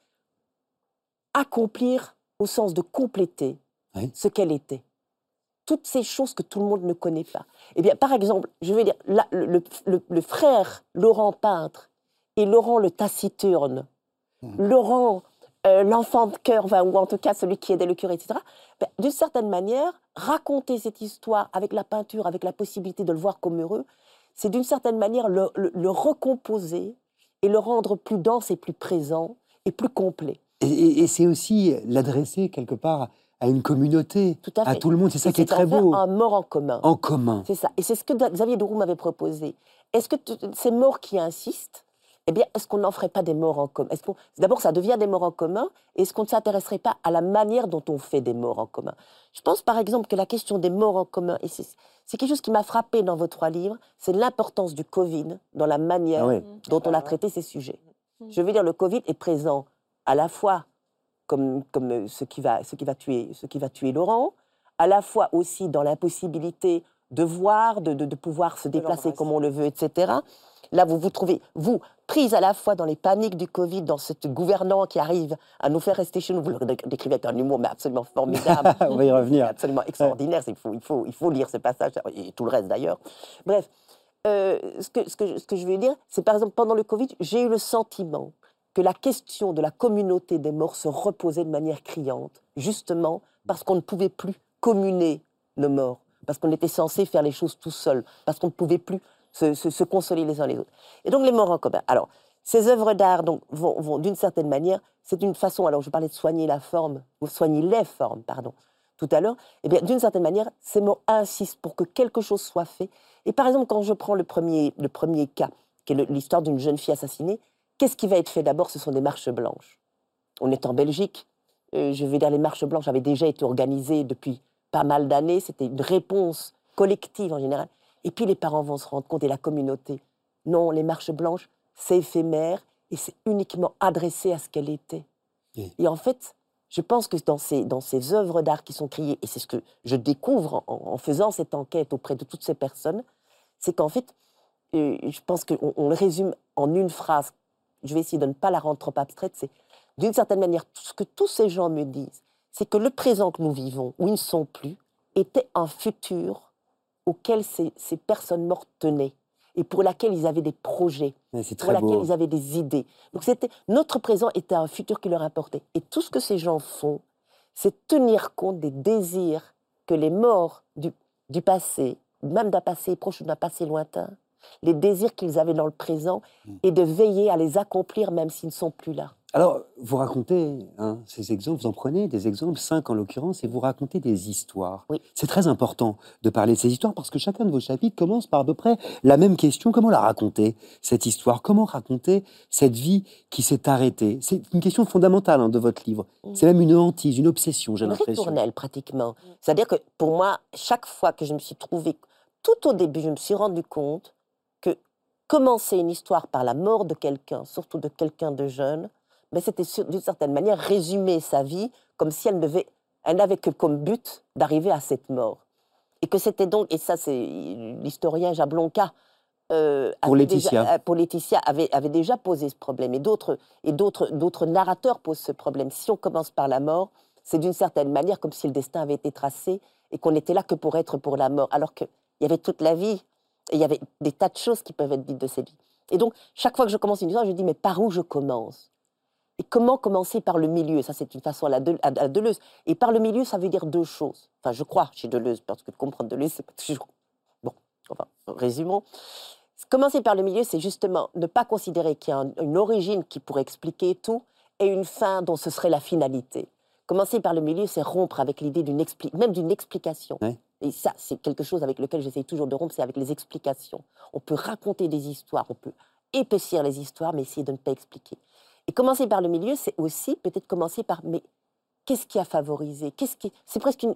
accomplir au sens de compléter Oui. ce qu'elle était? Toutes ces choses que tout le monde ne connaît pas. Eh bien, par exemple, je vais dire, là, le, le- le- le frère Laurent peintre et Laurent le taciturne, Mhm. Laurent euh, l'enfant de cœur, enfin, ou en tout cas celui qui aidait le curé, et cetera, ben, d'une certaine manière, raconter cette histoire avec la peinture, avec la possibilité de le voir comme heureux, c'est d'une certaine manière le, le- le recomposer et le rendre plus dense et plus présent et plus complet. Et, et- et c'est aussi l'adresser quelque part à une communauté, Tout à fait. tout le monde. C'est ça Et qui est c'est très en faire beau. un mort en commun. En commun. C'est ça. Et c'est ce que Xavier Doroux m'avait proposé. Est-ce que t- ces morts qui insistent, eh bien, est-ce qu'on n'en ferait pas des morts en commun? Est-ce qu'on- D'abord, ça devient des morts en commun. Est-ce qu'on ne s'intéresserait pas à la manière dont on fait des morts en commun? Je pense, par exemple, que la question des morts en commun, et c'est c'est quelque chose qui m'a frappé dans vos trois livres, c'est l'importance du Covid dans la manière Ah ouais. dont on a Ah ouais. traité ces sujets. Je veux dire, le Covid est présent à la fois comme, comme euh, ce, qui va, ce, qui va tuer, ce qui va tuer Laurent, à la fois aussi dans l'impossibilité de voir, de, de, de pouvoir se déplacer l'embrasser. comme on le veut, et cetera. Là, vous vous trouvez, vous, prise à la fois dans les paniques du Covid, dans ce gouvernant qui arrive à nous faire rester chez nous, vous le dé- décrivez avec un humour mais absolument formidable, On va y revenir. absolument extraordinaire, il faut, il, faut, il faut lire ce passage, et tout le reste d'ailleurs. Bref, euh, ce, que, ce, que, je- ce que je veux dire, c'est par exemple, pendant le Covid, j'ai eu le sentiment que la question de la communauté des morts se reposait de manière criante, justement parce qu'on ne pouvait plus communer nos morts, parce qu'on était censé faire les choses tout seul, parce qu'on ne pouvait plus se, se- se consoler les uns les autres. Et donc les morts en commun. Alors, ces œuvres d'art donc, vont, vont d'une certaine manière, c'est une façon, alors je parlais de soigner la forme, ou soigner les formes, pardon, tout à l'heure, eh bien d'une certaine manière, ces mots insistent pour que quelque chose soit fait. Et par exemple, quand je prends le premier, le premier cas, qui est le- l'histoire d'une jeune fille assassinée, qu'est-ce qui va être fait d'abord? Ce sont des marches blanches. On est en Belgique. Euh, je vais dire, les marches blanches avaient déjà été organisées depuis pas mal d'années. C'était une réponse collective en général. Et puis les parents vont se rendre compte, et la communauté. Non, les marches blanches, c'est éphémère et c'est uniquement adressé à ce qu'elle était. Oui. Et en fait, je pense que dans ces, dans ces œuvres d'art qui sont créées, et c'est ce que je découvre en, en faisant cette enquête auprès de toutes ces personnes, c'est qu'en fait, euh, je pense qu'on on le résume en une phrase. Je vais essayer de ne pas la rendre trop abstraite. C'est d'une certaine manière, tout ce que tous ces gens me disent, c'est que le présent que nous vivons, où ils ne sont plus, était un futur auquel ces, ces personnes mortes tenaient et pour laquelle ils avaient des projets, Ouais, c'est pour très laquelle beau. ils avaient des idées. Donc c'était, notre présent était un futur qui leur importait. Et tout ce que ces gens font, c'est tenir compte des désirs que les morts du, du passé, même d'un passé proche ou d'un passé lointain, les désirs qu'ils avaient dans le présent, et de veiller à les accomplir même s'ils ne sont plus là. Alors, vous racontez hein, ces exemples, vous en prenez des exemples, cinq en l'occurrence, et vous racontez des histoires. Oui. C'est très important de parler de ces histoires parce que chacun de vos chapitres commence par à peu près la même question. Comment la raconter, cette histoire? Comment raconter cette vie qui s'est arrêtée? C'est une question fondamentale hein, de votre livre. C'est même une hantise, une obsession, j'ai Une l'impression. ritournelle, pratiquement. C'est-à-dire que pour moi, chaque fois que je me suis trouvée, tout au début, je me suis rendu compte que commencer une histoire par la mort de quelqu'un, surtout de quelqu'un de jeune, mais c'était sur- d'une certaine manière résumer sa vie comme si elle devait, elle n'avait que comme but d'arriver à cette mort. Et que c'était donc, et ça c'est l'historien Jablonka, euh, Pour avait Laetitia. déjà, euh, pour Laetitia avait, avait déjà posé ce problème. Et d'autres et d'autres d'autres narrateurs posent ce problème. Si on commence par la mort, c'est d'une certaine manière comme si le destin avait été tracé et qu'on n'était là que pour être pour la mort, alors qu'il y avait toute la vie, et il y avait des tas de choses qui peuvent être dites de cette vie. Et donc, chaque fois que je commence une histoire, je dis, mais par où je commence? Et comment commencer par le milieu? Ça, c'est une façon à la, de, à la Deleuze. Et par le milieu, ça veut dire deux choses. Enfin, je crois chez Deleuze, parce que comprendre Deleuze, c'est pas toujours... Bon, enfin, résumons. Commencer par le milieu, c'est justement ne pas considérer qu'il y a un- une origine qui pourrait expliquer tout et une fin dont ce serait la finalité. Commencer par le milieu, c'est rompre avec l'idée d'une expli- même d'une explication. Ouais. Et ça, c'est quelque chose avec lequel j'essaie toujours de rompre, c'est avec les explications. On peut raconter des histoires, on peut épaissir les histoires, mais essayer de ne pas expliquer. Et commencer par le milieu, c'est aussi peut-être commencer par, mais qu'est-ce qui a favorisé? Qu'est-ce qui... C'est presque une...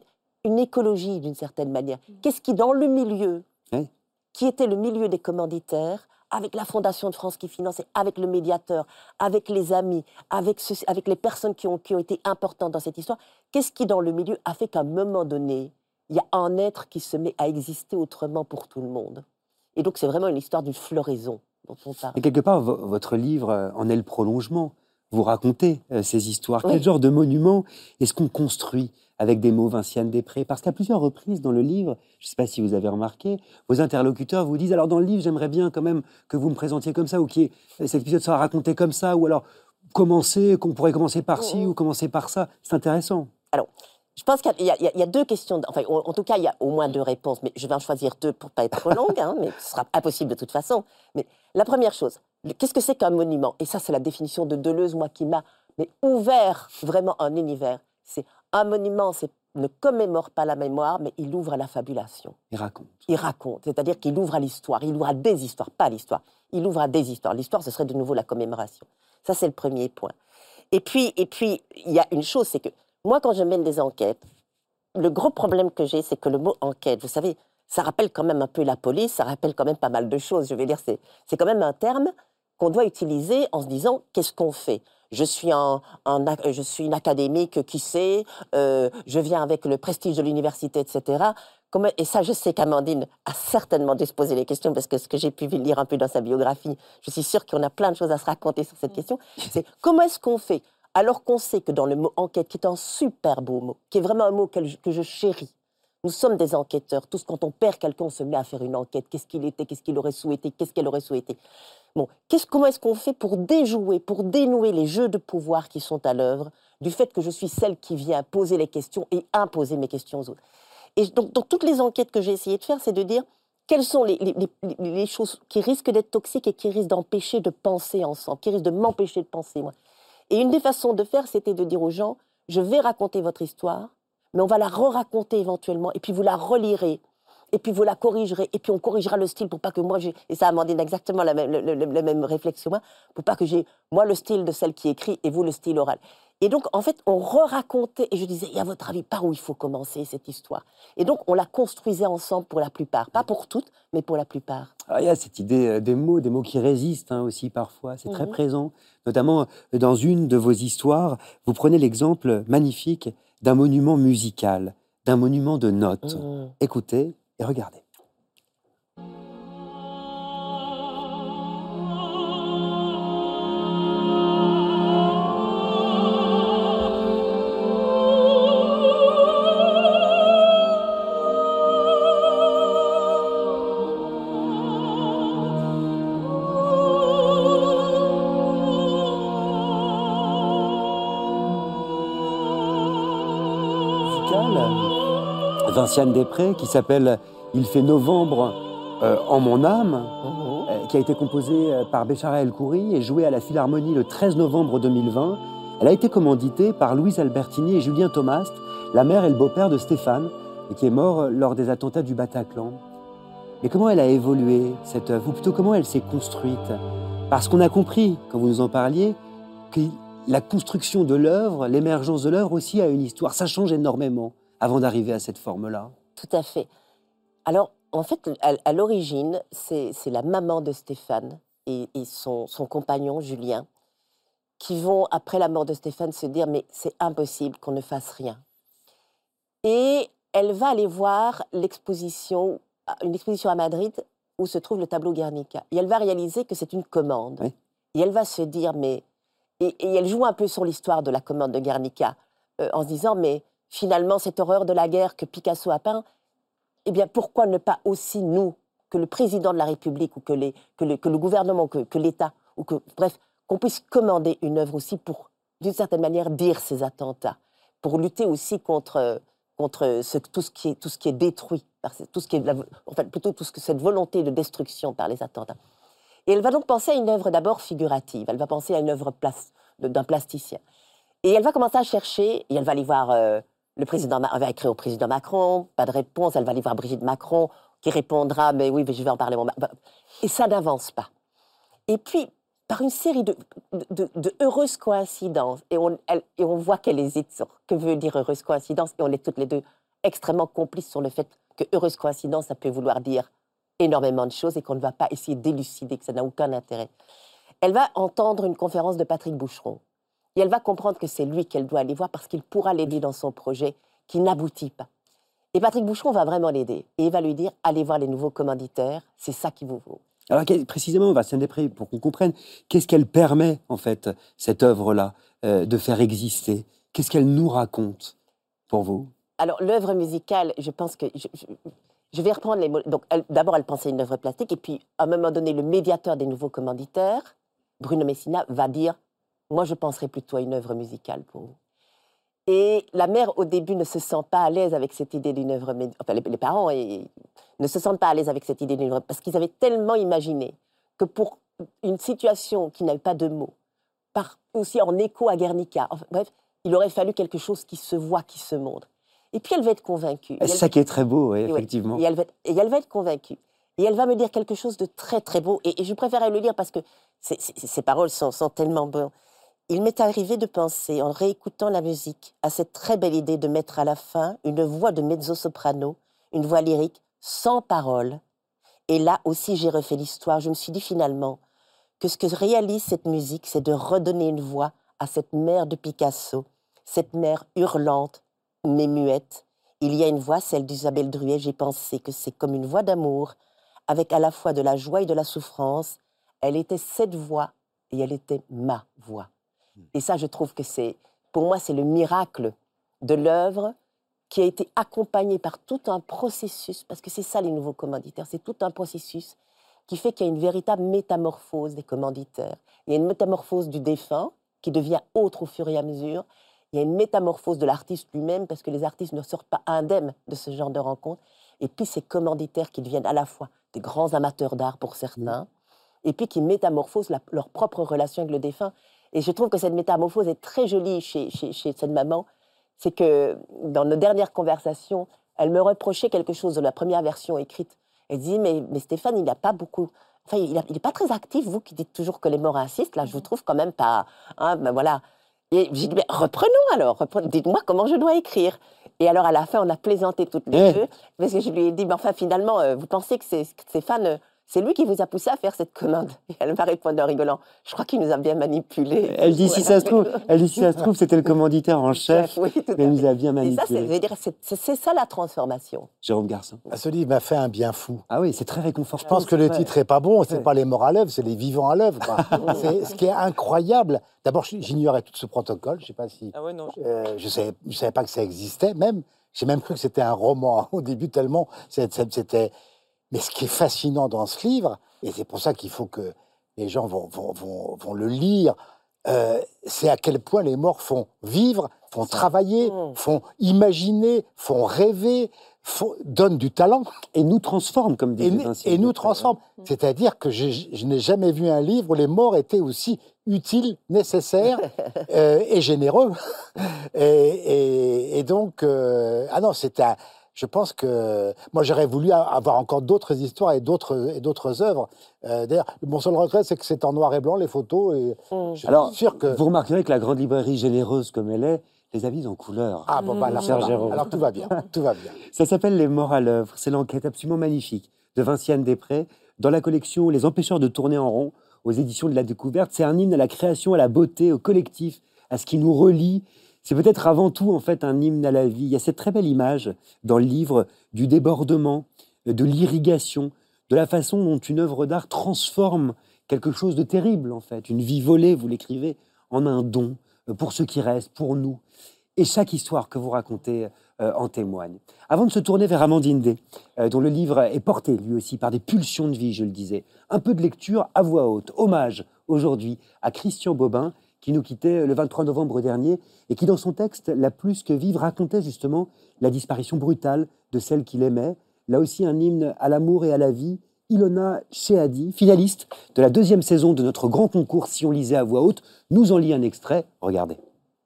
une écologie d'une certaine manière. Qu'est-ce qui, dans le milieu, Oui. qui était le milieu des commanditaires, avec la Fondation de France qui finançait, avec le médiateur, avec les amis, avec, ce, avec les personnes qui ont, qui ont été importantes dans cette histoire, qu'est-ce qui, dans le milieu, a fait qu'à un moment donné, il y a un être qui se met à exister autrement pour tout le monde. Et donc, c'est vraiment une histoire d'une floraison dont on parle. Et quelque part, vo- votre livre euh, en est le prolongement. Vous racontez euh, ces histoires. Oui. Quel genre de monument est-ce qu'on construit avec des mots Vinciane Després? Parce qu'à plusieurs reprises dans le livre, je ne sais pas si vous avez remarqué, vos interlocuteurs vous disent, alors dans le livre, j'aimerais bien quand même que vous me présentiez comme ça, ou que cet épisode soit raconté comme ça, ou alors commencer, qu'on pourrait commencer par ci Mhm. ou commencer par ça. C'est intéressant. Alors, je pense qu'il y, a- il y a- il y a deux questions, enfin, en, en tout cas, il y a au moins deux réponses, mais je vais en choisir deux pour ne pas être trop longue, hein, mais ce sera impossible de toute façon. Mais la première chose, le- qu'est-ce que c'est qu'un monument? Et ça, c'est la définition de Deleuze, moi, qui m'a mais ouvert vraiment un univers. C'est un monument, c'est ne commémore pas la mémoire, mais il ouvre à la fabulation. Il raconte. Il raconte, c'est-à-dire qu'il ouvre à l'histoire, il ouvre à des histoires, pas à l'histoire, il ouvre à des histoires. L'histoire, ce serait de nouveau la commémoration. Ça, c'est le premier point. Et puis, et puis, il y a une chose, c'est que moi, quand je mène des enquêtes, le gros problème que j'ai, c'est que le mot enquête, vous savez, ça rappelle quand même un peu la police, ça rappelle quand même pas mal de choses. Je veux dire, c'est, c'est quand même un terme qu'on doit utiliser en se disant, qu'est-ce qu'on fait? Je suis, un, un ac- je suis une académique qui sait, euh, je viens avec le prestige de l'université, et cetera. Comment- et ça, je sais qu'Amandine a certainement dû se poser les questions, parce que ce que j'ai pu lire un peu dans sa biographie, je suis sûre qu'on a plein de choses à se raconter sur cette question. C'est comment est-ce qu'on fait, alors qu'on sait que dans le mot enquête, qui est un super beau mot, qui est vraiment un mot que je, que je chéris, nous sommes des enquêteurs. Tous, quand on perd quelqu'un, on se met à faire une enquête. Qu'est-ce qu'il était, qu'est-ce qu'il aurait souhaité, qu'est-ce qu'elle aurait souhaité. Bon, qu'est-ce, comment est-ce qu'on fait pour déjouer, pour dénouer les jeux de pouvoir qui sont à l'œuvre, du fait que je suis celle qui vient poser les questions et imposer mes questions aux autres. Et donc, dans toutes les enquêtes que j'ai essayé de faire, c'est de dire quelles sont les, les, les, les choses qui risquent d'être toxiques et qui risquent d'empêcher de penser ensemble, qui risquent de m'empêcher de penser, moi. Et une des façons de faire, c'était de dire aux gens, je vais raconter votre histoire, mais on va la re-raconter éventuellement, et puis vous la relirez, et puis vous la corrigerez, et puis on corrigera le style pour pas que moi j'ai... Et ça Amandine exactement la même, le, le, le même réflexion, moi, pour pas que j'ai, moi, le style de celle qui écrit, et vous, le style oral. Et donc, en fait, on re-racontait, et je disais, et à votre avis, par où il faut commencer cette histoire? Et donc, on la construisait ensemble pour la plupart. Pas pour toutes, mais pour la plupart. Alors, il y a cette idée euh, des mots, des mots qui résistent hein, aussi parfois, c'est très Mhm. présent. Notamment euh, dans une de vos histoires, vous prenez l'exemple magnifique d'un monument musical, d'un monument de notes. Mhm. Écoutez et regardez. Musical, Vinciane Després, qui s'appelle Il fait novembre euh, en mon âme, Mhm. euh, qui a été composée euh, par Béchara El Khoury et jouée à la Philharmonie le treize novembre deux mille vingt. Elle a été commanditée par Louise Albertini et Julien Thomas, la mère et le beau-père de Stéphane, et qui est mort euh, lors des attentats du Bataclan. Mais comment elle a évolué, cette œuvre, ou plutôt comment elle s'est construite? Parce qu'on a compris, quand vous nous en parliez, que la construction de l'œuvre, l'émergence de l'œuvre aussi a une histoire. Ça change énormément avant d'arriver à cette forme-là. Tout à fait. Alors, en fait, à, à l'origine, c'est c'est la maman de Stéphane et, et son, son compagnon, Julien, qui vont, après la mort de Stéphane, se dire « mais c'est impossible qu'on ne fasse rien ». Et elle va aller voir l'exposition, une exposition à Madrid où se trouve le tableau Guernica. Et elle va réaliser que c'est une commande. Oui. Et elle va se dire « mais… » Et, et elle joue un peu sur l'histoire de la commande de Guernica, euh, en se disant « mais finalement, cette horreur de la guerre que Picasso a peint, eh bien, pourquoi ne pas aussi nous, que le président de la République ou que, les, que, le, que le gouvernement, que, que l'État, ou que, bref, qu'on puisse commander une œuvre aussi pour, d'une certaine manière, dire ces attentats, pour lutter aussi contre, contre ce, tout, ce qui est, tout ce qui est détruit, par, tout ce qui est, la, enfin, plutôt tout ce que, cette volonté de destruction par les attentats. Et elle va donc penser à une œuvre d'abord figurative, elle va penser à une œuvre place, d'un plasticien. Et elle va commencer à chercher, et elle va aller voir... Euh, Le président elle va écrire au président Macron, pas de réponse. Elle va aller voir Brigitte Macron, qui répondra, mais oui, mais je vais en parler. Mon... Et ça n'avance pas. Et puis, par une série de, de, de heureuses coïncidences, et on, elle, et on voit qu'elle hésite sur que veut dire heureuse coïncidence, et on est toutes les deux, extrêmement complice sur le fait que heureuse coïncidence, ça peut vouloir dire énormément de choses et qu'on ne va pas essayer d'élucider, que ça n'a aucun intérêt. Elle va entendre une conférence de Patrick Boucheron et elle va comprendre que c'est lui qu'elle doit aller voir parce qu'il pourra l'aider dans son projet qui n'aboutit pas. Et Patrick Boucheron va vraiment l'aider et il va lui dire « Allez voir les nouveaux commanditaires, c'est ça qui vous vaut ». Alors précisément, Vinciane Després, pour qu'on comprenne, qu'est-ce qu'elle permet, en fait, cette œuvre-là, euh, de faire exister? Qu'est-ce qu'elle nous raconte, pour vous? Alors, l'œuvre musicale, je pense que... Je, je, je vais reprendre les mots. Donc, elle, d'abord, elle pensait une œuvre plastique, et puis, à un moment donné, le médiateur des nouveaux commanditaires, Bruno Messina, va dire « Moi, je penserais plutôt à une œuvre musicale pour vous ». Et la mère, au début, ne se sent pas à l'aise avec cette idée d'une œuvre... Enfin, les, les parents et, ne se sentent pas à l'aise avec cette idée d'une œuvre, parce qu'ils avaient tellement imaginé que pour une situation qui n'avait pas de mots, par, aussi en écho à Guernica, enfin, bref, il aurait fallu quelque chose qui se voit, qui se montre. Et puis elle va être convaincue. C'est ça qui est très beau, oui, et effectivement. Ouais, et, elle va être, et elle va être convaincue. Et elle va me dire quelque chose de très, très beau. Et, et je préférais le lire parce que c'est, c'est, ces paroles sont, sont tellement bonnes. Il m'est arrivé de penser, en réécoutant la musique, à cette très belle idée de mettre à la fin une voix de mezzo-soprano, une voix lyrique, sans paroles. Et là aussi, j'ai refait l'histoire. Je me suis dit finalement que ce que réalise cette musique, c'est de redonner une voix à cette mère de Picasso, cette mère hurlante, mais muette. Il y a une voix, celle d'Isabelle Druet. J'ai pensé que c'est comme une voix d'amour, avec à la fois de la joie et de la souffrance. Elle était cette voix et elle était ma voix. Et ça, je trouve que c'est, pour moi, c'est le miracle de l'œuvre qui a été accompagné par tout un processus, parce que c'est ça les nouveaux commanditaires, c'est tout un processus qui fait qu'il y a une véritable métamorphose des commanditaires. Il y a une métamorphose du défunt qui devient autre au fur et à mesure. Il y a une métamorphose de l'artiste lui-même, parce que les artistes ne sortent pas indemnes de ce genre de rencontres. Et puis ces commanditaires qui deviennent à la fois des grands amateurs d'art pour certains, mmh. et puis qui métamorphosent la, leur propre relation avec le défunt. Et je trouve que cette métamorphose est très jolie chez, chez, chez cette maman. C'est que dans nos dernières conversations, elle me reprochait quelque chose de la première version écrite. Elle dit, mais, mais Stéphane, il n'a pas beaucoup... Enfin, il n'est pas très actif, vous qui dites toujours que les morts insistent. Là, je vous trouve quand même pas... Hein, ben voilà. Et j'ai dit, mais reprenons alors. Reprenons, dites-moi comment je dois écrire. Et alors, à la fin, on a plaisanté toutes les deux. Parce que je lui ai dit, mais enfin, finalement, euh, vous pensez que, c'est, que Stéphane... Euh, c'est lui qui vous a poussé à faire cette commande. Et elle m'a répondu en rigolant. Je crois qu'il nous a bien manipulés. Elle dit, si ça se trouve, elle dit, si ça se trouve, c'était le commanditaire en chef, oui, mais il nous a bien manipulés. Et ça, c'est, je veux dire, c'est, c'est, c'est ça la transformation. Jérôme Garcin. Ah, ce livre m'a fait un bien fou. Ah oui, c'est très réconfortant. Je pense oui, que le vrai. titre n'est pas bon. C'est ouais. pas les morts à l'œuvre, c'est les vivants à l'œuvre. C'est ce qui est incroyable. D'abord, j'ignorais tout ce protocole. Je ne sais pas si. Ah ouais, non. Euh, je ne savais, je savais pas que ça existait, même. J'ai même cru que c'était un roman au début, tellement c'était. Mais ce qui est fascinant dans ce livre, et c'est pour ça qu'il faut que les gens vont, vont, vont, vont le lire, euh, c'est à quel point les morts font vivre, font travailler, font imaginer, font rêver, font, donnent du talent. Et nous transforment, comme disait Vinciane. Et nous transforment. C'est-à-dire que je, je n'ai jamais vu un livre où les morts étaient aussi utiles, nécessaires euh, et généreux. et, et, et donc, euh, ah non, c'est un... Je pense que moi j'aurais voulu avoir encore d'autres histoires et d'autres et d'autres œuvres. Euh, d'ailleurs, mon seul regret c'est que c'est en noir et blanc les photos. Et mmh. je Alors, suis sûr que vous remarquerez que la grande librairie généreuse comme elle est, les avis en couleur. Ah bon, bah, alors, cher va. Jérôme. Alors tout va bien, tout va bien. Ça s'appelle Les Morts à l'œuvre. C'est l'enquête absolument magnifique de Vinciane Després dans la collection Les Empêcheurs de tourner en rond aux éditions de la Découverte. C'est un hymne à la création, à la beauté, au collectif, à ce qui nous relie. C'est peut-être avant tout, en fait, un hymne à la vie. Il y a cette très belle image dans le livre du débordement, de l'irrigation, de la façon dont une œuvre d'art transforme quelque chose de terrible, en fait. Une vie volée, vous l'écrivez, en un don pour ceux qui restent, pour nous. Et chaque histoire que vous racontez euh, en témoigne. Avant de se tourner vers Amandine Day, euh, dont le livre est porté, lui aussi, par des pulsions de vie, je le disais, un peu de lecture à voix haute. Hommage, aujourd'hui, à Christian Bobin, qui nous quittait le vingt-trois novembre dernier, et qui, dans son texte « La plus que vivre », racontait justement la disparition brutale de celle qu'il aimait. Là aussi, un hymne à l'amour et à la vie. Ilona Chehadi, finaliste de la deuxième saison de notre grand concours « Si on lisait à voix haute », nous en lit un extrait. Regardez.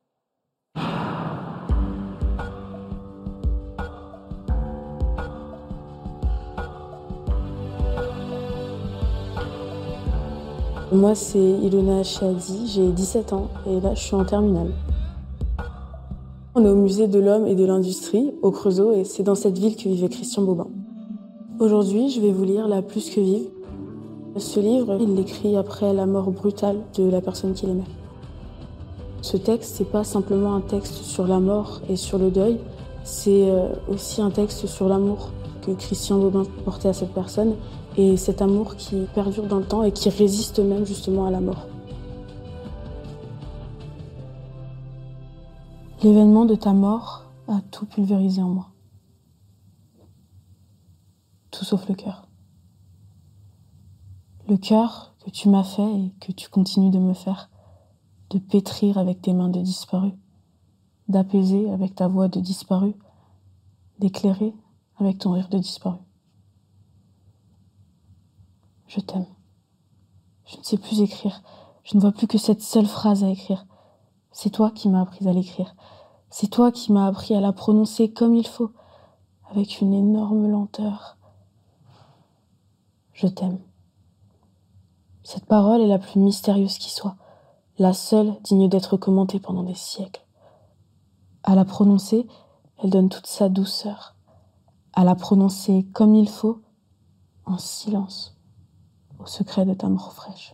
Moi, c'est Ilona Chehadi, j'ai dix-sept ans et là, je suis en terminale. On est au musée de l'homme et de l'industrie, au Creusot, et c'est dans cette ville que vivait Christian Bobin. Aujourd'hui, je vais vous lire La plus que vive. Ce livre, il l'écrit après la mort brutale de la personne qu'il aimait. Ce texte, c'est pas simplement un texte sur la mort et sur le deuil, c'est aussi un texte sur l'amour que Christian Bobin portait à cette personne, et cet amour qui perdure dans le temps et qui résiste même justement à la mort. L'événement de ta mort a tout pulvérisé en moi. Tout sauf le cœur. Le cœur que tu m'as fait et que tu continues de me faire, de pétrir avec tes mains de disparu, d'apaiser avec ta voix de disparu, d'éclairer avec ton rire de disparu. Je t'aime. Je ne sais plus écrire. Je ne vois plus que cette seule phrase à écrire. C'est toi qui m'as appris à l'écrire. C'est toi qui m'as appris à la prononcer comme il faut, avec une énorme lenteur. Je t'aime. Cette parole est la plus mystérieuse qui soit, la seule digne d'être commentée pendant des siècles. À la prononcer, elle donne toute sa douceur. À la prononcer comme il faut, en silence, au secret de ta mort fraîche.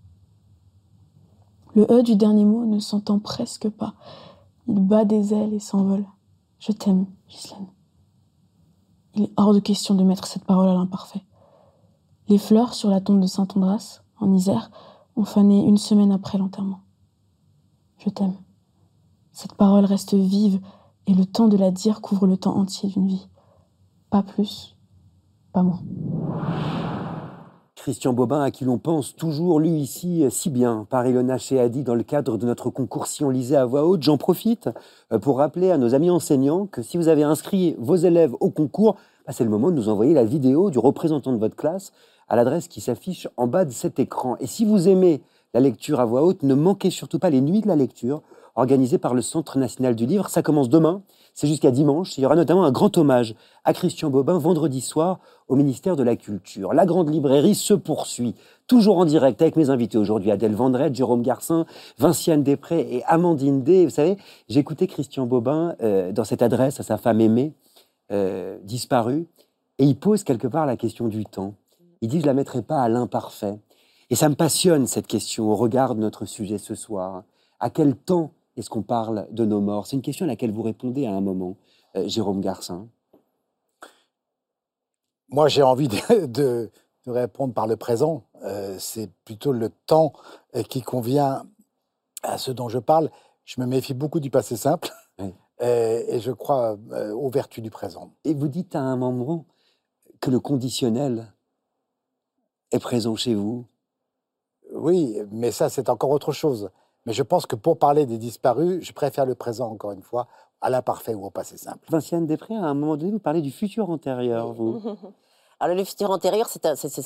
Le E du dernier mot ne s'entend presque pas. Il bat des ailes et s'envole. Je t'aime, Ghislaine. Il est hors de question de mettre cette parole à l'imparfait. Les fleurs sur la tombe de Saint-Andras, en Isère, ont fané une semaine après l'enterrement. Je t'aime. Cette parole reste vive et le temps de la dire couvre le temps entier d'une vie. Pas plus, pas moins. Christian Bobin, à qui l'on pense toujours, lu ici si bien par Ilona Chéadi dans le cadre de notre concours Si on lisait à voix haute. J'en profite pour rappeler à nos amis enseignants que si vous avez inscrit vos élèves au concours, bah c'est le moment de nous envoyer la vidéo du représentant de votre classe à l'adresse qui s'affiche en bas de cet écran. Et si vous aimez la lecture à voix haute, ne manquez surtout pas les nuits de la lecture organisées par le Centre national du livre. Ça commence demain, c'est jusqu'à dimanche. Il y aura notamment un grand hommage à Christian Bobin vendredi soir au ministère de la Culture. La Grande Librairie se poursuit, toujours en direct avec mes invités aujourd'hui, Adèle Vendrette, Jérôme Garcin, Vinciane Després et Amandine D. Vous savez, j'ai écouté Christian Bobin euh, dans cette adresse à sa femme aimée, euh, disparue, et il pose quelque part la question du temps. Il dit « je ne la mettrai pas à l'imparfait ». Et ça me passionne cette question au regard de notre sujet ce soir. À quel temps est-ce qu'on parle de nos morts? C'est une question à laquelle vous répondez à un moment, euh, Jérôme Garcin. Moi, j'ai envie de, de, de répondre par le présent. Euh, c'est plutôt le temps euh, qui convient à ce dont je parle. Je me méfie beaucoup du passé simple oui. euh, et je crois euh, aux vertus du présent. Et vous dites à un moment que le conditionnel est présent chez vous. Oui, mais ça, c'est encore autre chose. Mais je pense que pour parler des disparus, je préfère le présent, encore une fois, à l'imparfait ou au passé simple. Vinciane Després, à un moment donné, vous parlez du futur antérieur, vous. Alors, le futur antérieur, c'est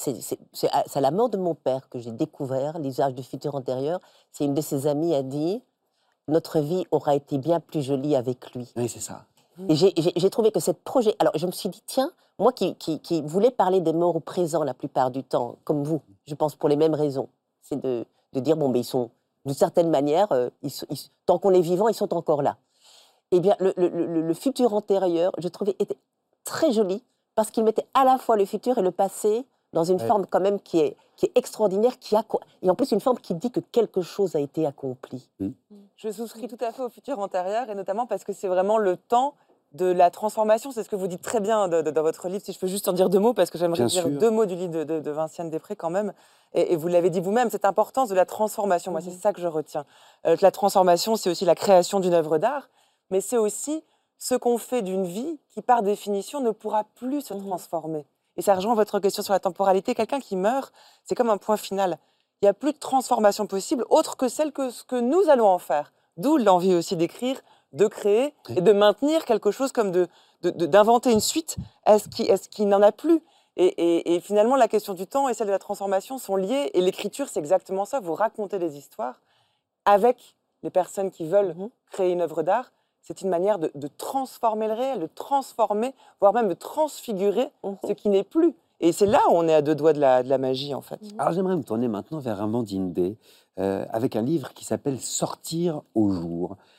à la mort de mon père que j'ai découvert l'usage du futur antérieur. C'est une de ses amies a dit « Notre vie aura été bien plus jolie avec lui ». Oui, c'est ça. Et j'ai trouvé que cette projet... Alors, je me suis dit, tiens, moi qui, qui, qui voulais parler des morts au présent la plupart du temps, comme vous, je pense pour les mêmes raisons, c'est de, de dire, bon, mais ils sont... D'une certaine manière, euh, ils, ils, tant qu'on est vivant, ils sont encore là. Eh bien, le, le, le, le futur antérieur, je trouvais, était très joli parce qu'il mettait à la fois le futur et le passé dans une ouais. forme quand même qui est, qui est extraordinaire, qui a, et en plus une forme qui dit que quelque chose a été accompli. Mmh. Je souscris tout à fait au futur antérieur, et notamment parce que c'est vraiment le temps de la transformation. C'est ce que vous dites très bien de, de, dans votre livre, si je peux juste en dire deux mots, parce que j'aimerais dire sûr. deux mots du livre de, de, de Vinciane Després quand même. Et, et vous l'avez dit vous-même, cette importance de la transformation. Moi, mmh. c'est ça que je retiens. Euh, la transformation, c'est aussi la création d'une œuvre d'art, mais c'est aussi ce qu'on fait d'une vie qui, par définition, ne pourra plus se transformer. Et ça rejoint votre question sur la temporalité. Quelqu'un qui meurt, c'est comme un point final. Il n'y a plus de transformation possible, autre que celle que, que nous allons en faire. D'où l'envie aussi d'écrire, de créer et de maintenir quelque chose comme de, de, de, d'inventer une suite à ce qui, à ce qui n'en a plus. Et, et, et finalement, la question du temps et celle de la transformation sont liées. Et l'écriture, c'est exactement ça. Vous racontez des histoires avec les personnes qui veulent mmh. créer une œuvre d'art. C'est une manière de, de transformer le réel, de transformer, voire même de transfigurer mmh. ce qui n'est plus. Et c'est là où on est à deux doigts de la, de la magie, en fait. Alors j'aimerais me tourner maintenant vers Amandine D, euh, avec un livre qui s'appelle « Sortir au jour ».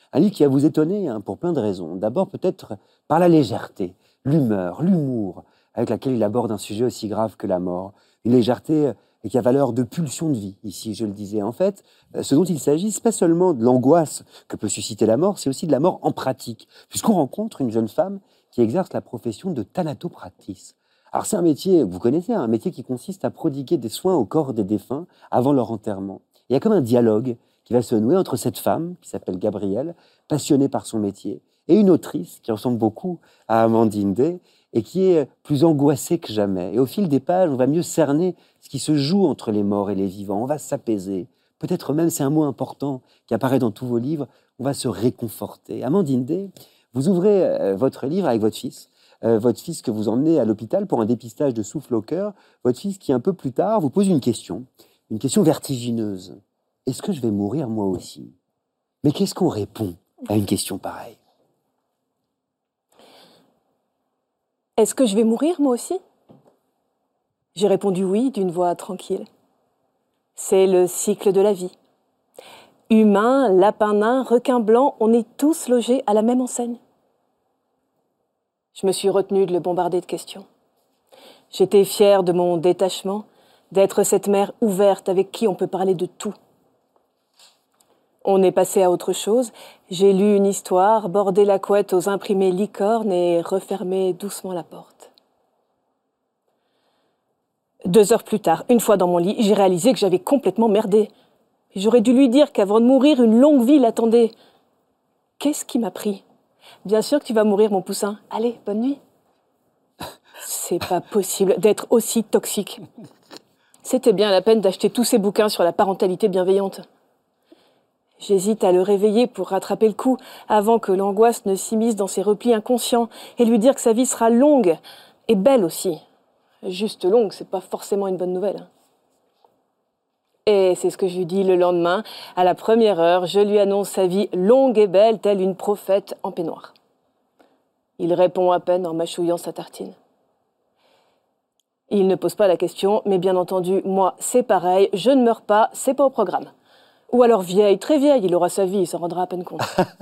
Un livre qui va vous étonner hein, pour plein de raisons. D'abord, peut-être par la légèreté, l'humeur, l'humour avec laquelle il aborde un sujet aussi grave que la mort. Une légèreté qui a valeur de pulsion de vie, ici, je le disais. En fait, ce dont il s'agit, ce n'est pas seulement de l'angoisse que peut susciter la mort, c'est aussi de la mort en pratique, puisqu'on rencontre une jeune femme qui exerce la profession de thanatopractice. Alors c'est un métier, vous connaissez, un métier qui consiste à prodiguer des soins au corps des défunts avant leur enterrement. Il y a comme un dialogue qui va se nouer entre cette femme, qui s'appelle Gabrielle, passionnée par son métier, et une autrice qui ressemble beaucoup à Amandine Day, et qui est plus angoissée que jamais. Et au fil des pages, on va mieux cerner ce qui se joue entre les morts et les vivants. On va s'apaiser. Peut-être même, c'est un mot important qui apparaît dans tous vos livres, on va se réconforter. Amandine Day, vous ouvrez euh, votre livre avec votre fils, euh, votre fils que vous emmenez à l'hôpital pour un dépistage de souffle au cœur, votre fils qui, un peu plus tard, vous pose une question, une question vertigineuse. Est-ce que je vais mourir moi aussi? Mais qu'est-ce qu'on répond à une question pareille? Est-ce que je vais mourir, moi aussi? J'ai répondu oui, d'une voix tranquille. C'est le cycle de la vie. Humains, lapins nains, requins blancs, on est tous logés à la même enseigne. Je me suis retenue de le bombarder de questions. J'étais fière de mon détachement, d'être cette mère ouverte avec qui on peut parler de tout. On est passé à autre chose. J'ai lu une histoire, bordé la couette aux imprimés licornes et refermé doucement la porte. Deux heures plus tard, une fois dans mon lit, j'ai réalisé que j'avais complètement merdé. J'aurais dû lui dire qu'avant de mourir, une longue vie l'attendait. Qu'est-ce qui m'a pris? Bien sûr que tu vas mourir, mon poussin. Allez, bonne nuit. C'est pas possible d'être aussi toxique. C'était bien la peine d'acheter tous ces bouquins sur la parentalité bienveillante. J'hésite à le réveiller pour rattraper le coup avant que l'angoisse ne s'immisce dans ses replis inconscients et lui dire que sa vie sera longue et belle aussi. Juste longue, c'est pas forcément une bonne nouvelle. Et c'est ce que je lui dis le lendemain. À la première heure, je lui annonce sa vie longue et belle, telle une prophète en peignoir. Il répond à peine en mâchouillant sa tartine. Il ne pose pas la question, mais bien entendu, moi, c'est pareil, je ne meurs pas, c'est pas au programme. Ou alors vieille, très vieille, il aura sa vie, il s'en rendra à peine compte.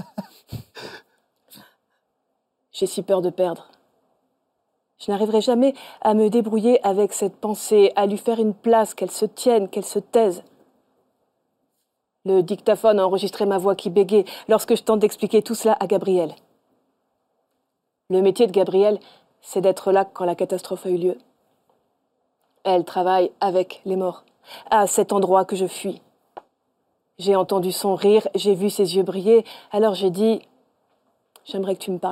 J'ai si peur de perdre. Je n'arriverai jamais à me débrouiller avec cette pensée, à lui faire une place, qu'elle se tienne, qu'elle se taise. Le dictaphone a enregistré ma voix qui bégait lorsque je tente d'expliquer tout cela à Gabrielle. Le métier de Gabrielle, c'est d'être là quand la catastrophe a eu lieu. Elle travaille avec les morts, à cet endroit que je fuis. J'ai entendu son rire, j'ai vu ses yeux briller, alors j'ai dit « J'aimerais que tu me parles ».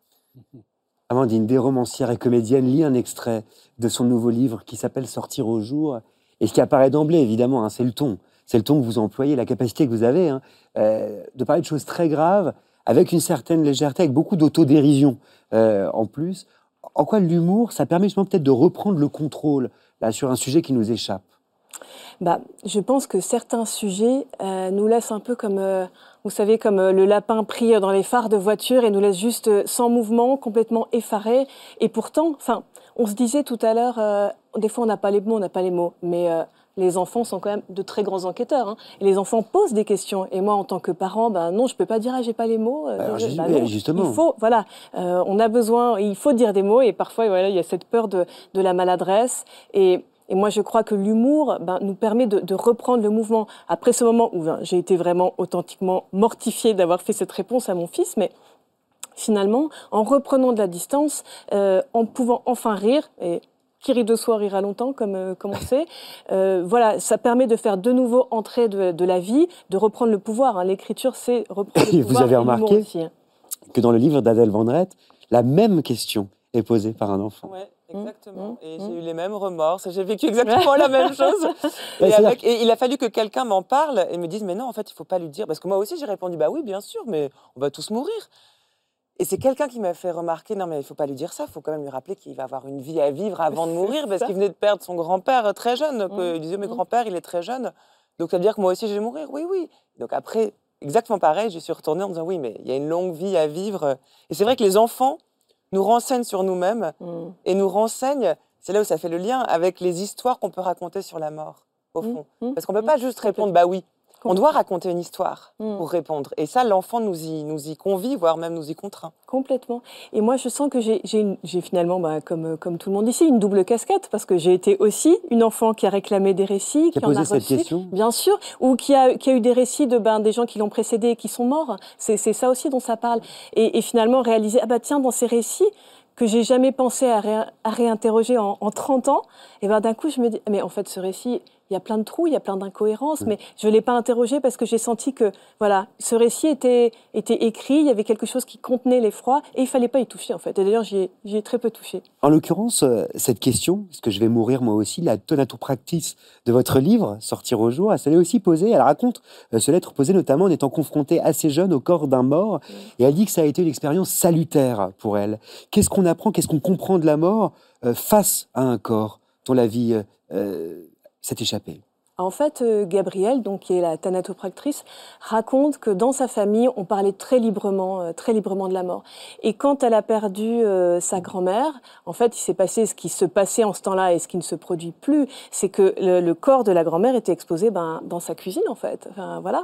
Amandine Day, romancière et comédienne, lit un extrait de son nouveau livre qui s'appelle « Sortir au jour ». Et ce qui apparaît d'emblée, évidemment, hein, c'est le ton. C'est le ton que vous employez, la capacité que vous avez hein, euh, de parler de choses très graves avec une certaine légèreté, avec beaucoup d'autodérision euh, en plus. En quoi l'humour, ça permet justement peut-être de reprendre le contrôle là, sur un sujet qui nous échappe? Bah, je pense que certains sujets euh, nous laissent un peu comme, euh, vous savez, comme euh, le lapin pris dans les phares de voiture et nous laisse juste euh, sans mouvement, complètement effarés. Et pourtant, enfin, on se disait tout à l'heure, euh, des fois on n'a pas les mots, on n'a pas les mots, mais euh, les enfants sont quand même de très grands enquêteurs. Hein, et les enfants posent des questions. Et moi, en tant que parent, ben non, je peux pas dire ah j'ai pas les mots. Euh, Alors, je, juste, bah non, justement. Il faut, voilà, euh, on a besoin, il faut dire des mots. Et parfois, voilà, il y a cette peur de, de la maladresse et Et moi, je crois que l'humour ben, nous permet de, de reprendre le mouvement. Après ce moment où ben, j'ai été vraiment authentiquement mortifiée d'avoir fait cette réponse à mon fils, mais finalement, en reprenant de la distance, euh, en pouvant enfin rire, et qui rit de soi rira longtemps, comme, euh, comme on sait, euh, voilà, ça permet de faire de nouveau entrer de, de la vie, de reprendre le pouvoir. Hein. L'écriture, c'est reprendre le Et pouvoir. vous avez et l'humour remarqué aussi, hein. que dans le livre d'Adèle Vendrette, la même question est posée par un enfant. Ouais, exactement. Mmh, Et mmh. j'ai eu les mêmes remords. J'ai vécu exactement la même chose. Ouais, Et, c'est avec- et il a fallu que quelqu'un m'en parle et me dise, mais non, en fait, il faut pas lui dire. Parce que moi aussi, j'ai répondu, bah oui, bien sûr, mais on va tous mourir. Et c'est quelqu'un qui m'a fait remarquer, non, mais il faut pas lui dire ça. Il faut quand même lui rappeler qu'il va avoir une vie à vivre avant de C'est mourir, parce ça. qu'il venait de perdre son grand-père très jeune. Donc, Mmh, euh, il disait, mais mmh. grand-père, il est très jeune. Donc, ça veut dire que moi aussi, je vais mourir. Oui, oui. Donc après, exactement pareil, je suis retournée en me disant, oui, mais il y a une longue vie à vivre. Et c'est vrai que les enfants nous renseignent sur nous-mêmes Mmh. et nous renseignent, c'est là où ça fait le lien avec les histoires qu'on peut raconter sur la mort, au Mmh, fond. mmh, Parce qu'on peut mmh, pas juste répondre, bah oui. On doit raconter une histoire Mm. pour répondre. Et ça, l'enfant nous y, nous y convie, voire même nous y contraint. Complètement. Et moi, je sens que j'ai j'ai une- j'ai finalement, bah, comme, comme tout le monde ici, une double casquette, parce que j'ai été aussi une enfant qui a réclamé des récits, Qui a qui en posé a cette reçu, question? bien sûr, ou qui a, qui a eu des récits de ben, des gens qui l'ont précédé et qui sont morts. C'est c'est ça aussi dont ça parle. Et, et finalement, réaliser, ah bah tiens, dans ces récits que j'ai jamais pensé à, ré- à réinterroger en, en trente ans, et ben d'un coup, je me dis, mais en fait, ce récit, il y a plein de trous, il y a plein d'incohérences, mais je ne l'ai pas interrogé parce que j'ai senti que voilà, ce récit était, était écrit, il y avait quelque chose qui contenait l'effroi, et il ne fallait pas y toucher, en fait. Et d'ailleurs, j'y ai, j'y ai très peu touché. En l'occurrence, euh, cette question, est-ce que je vais mourir moi aussi, la tonatopractice de votre livre, Sortir au jour, elle s'est aussi posée, elle raconte euh, ce lettre posée notamment en étant confrontée assez jeune au corps d'un mort, et elle dit que ça a été une expérience salutaire pour elle. Qu'est-ce qu'on apprend, qu'est-ce qu'on comprend de la mort euh, face à un corps dont la vie euh, euh, s'est échappée? En fait, euh, Gabrielle, donc, qui est la thanatopractrice, raconte que dans sa famille, on parlait très librement, euh, très librement de la mort. Et quand elle a perdu euh, sa grand-mère, en fait, il s'est passé ce qui se passait en ce temps-là et ce qui ne se produit plus, c'est que le, le corps de la grand-mère était exposé ben, dans sa cuisine, en fait. Enfin, voilà.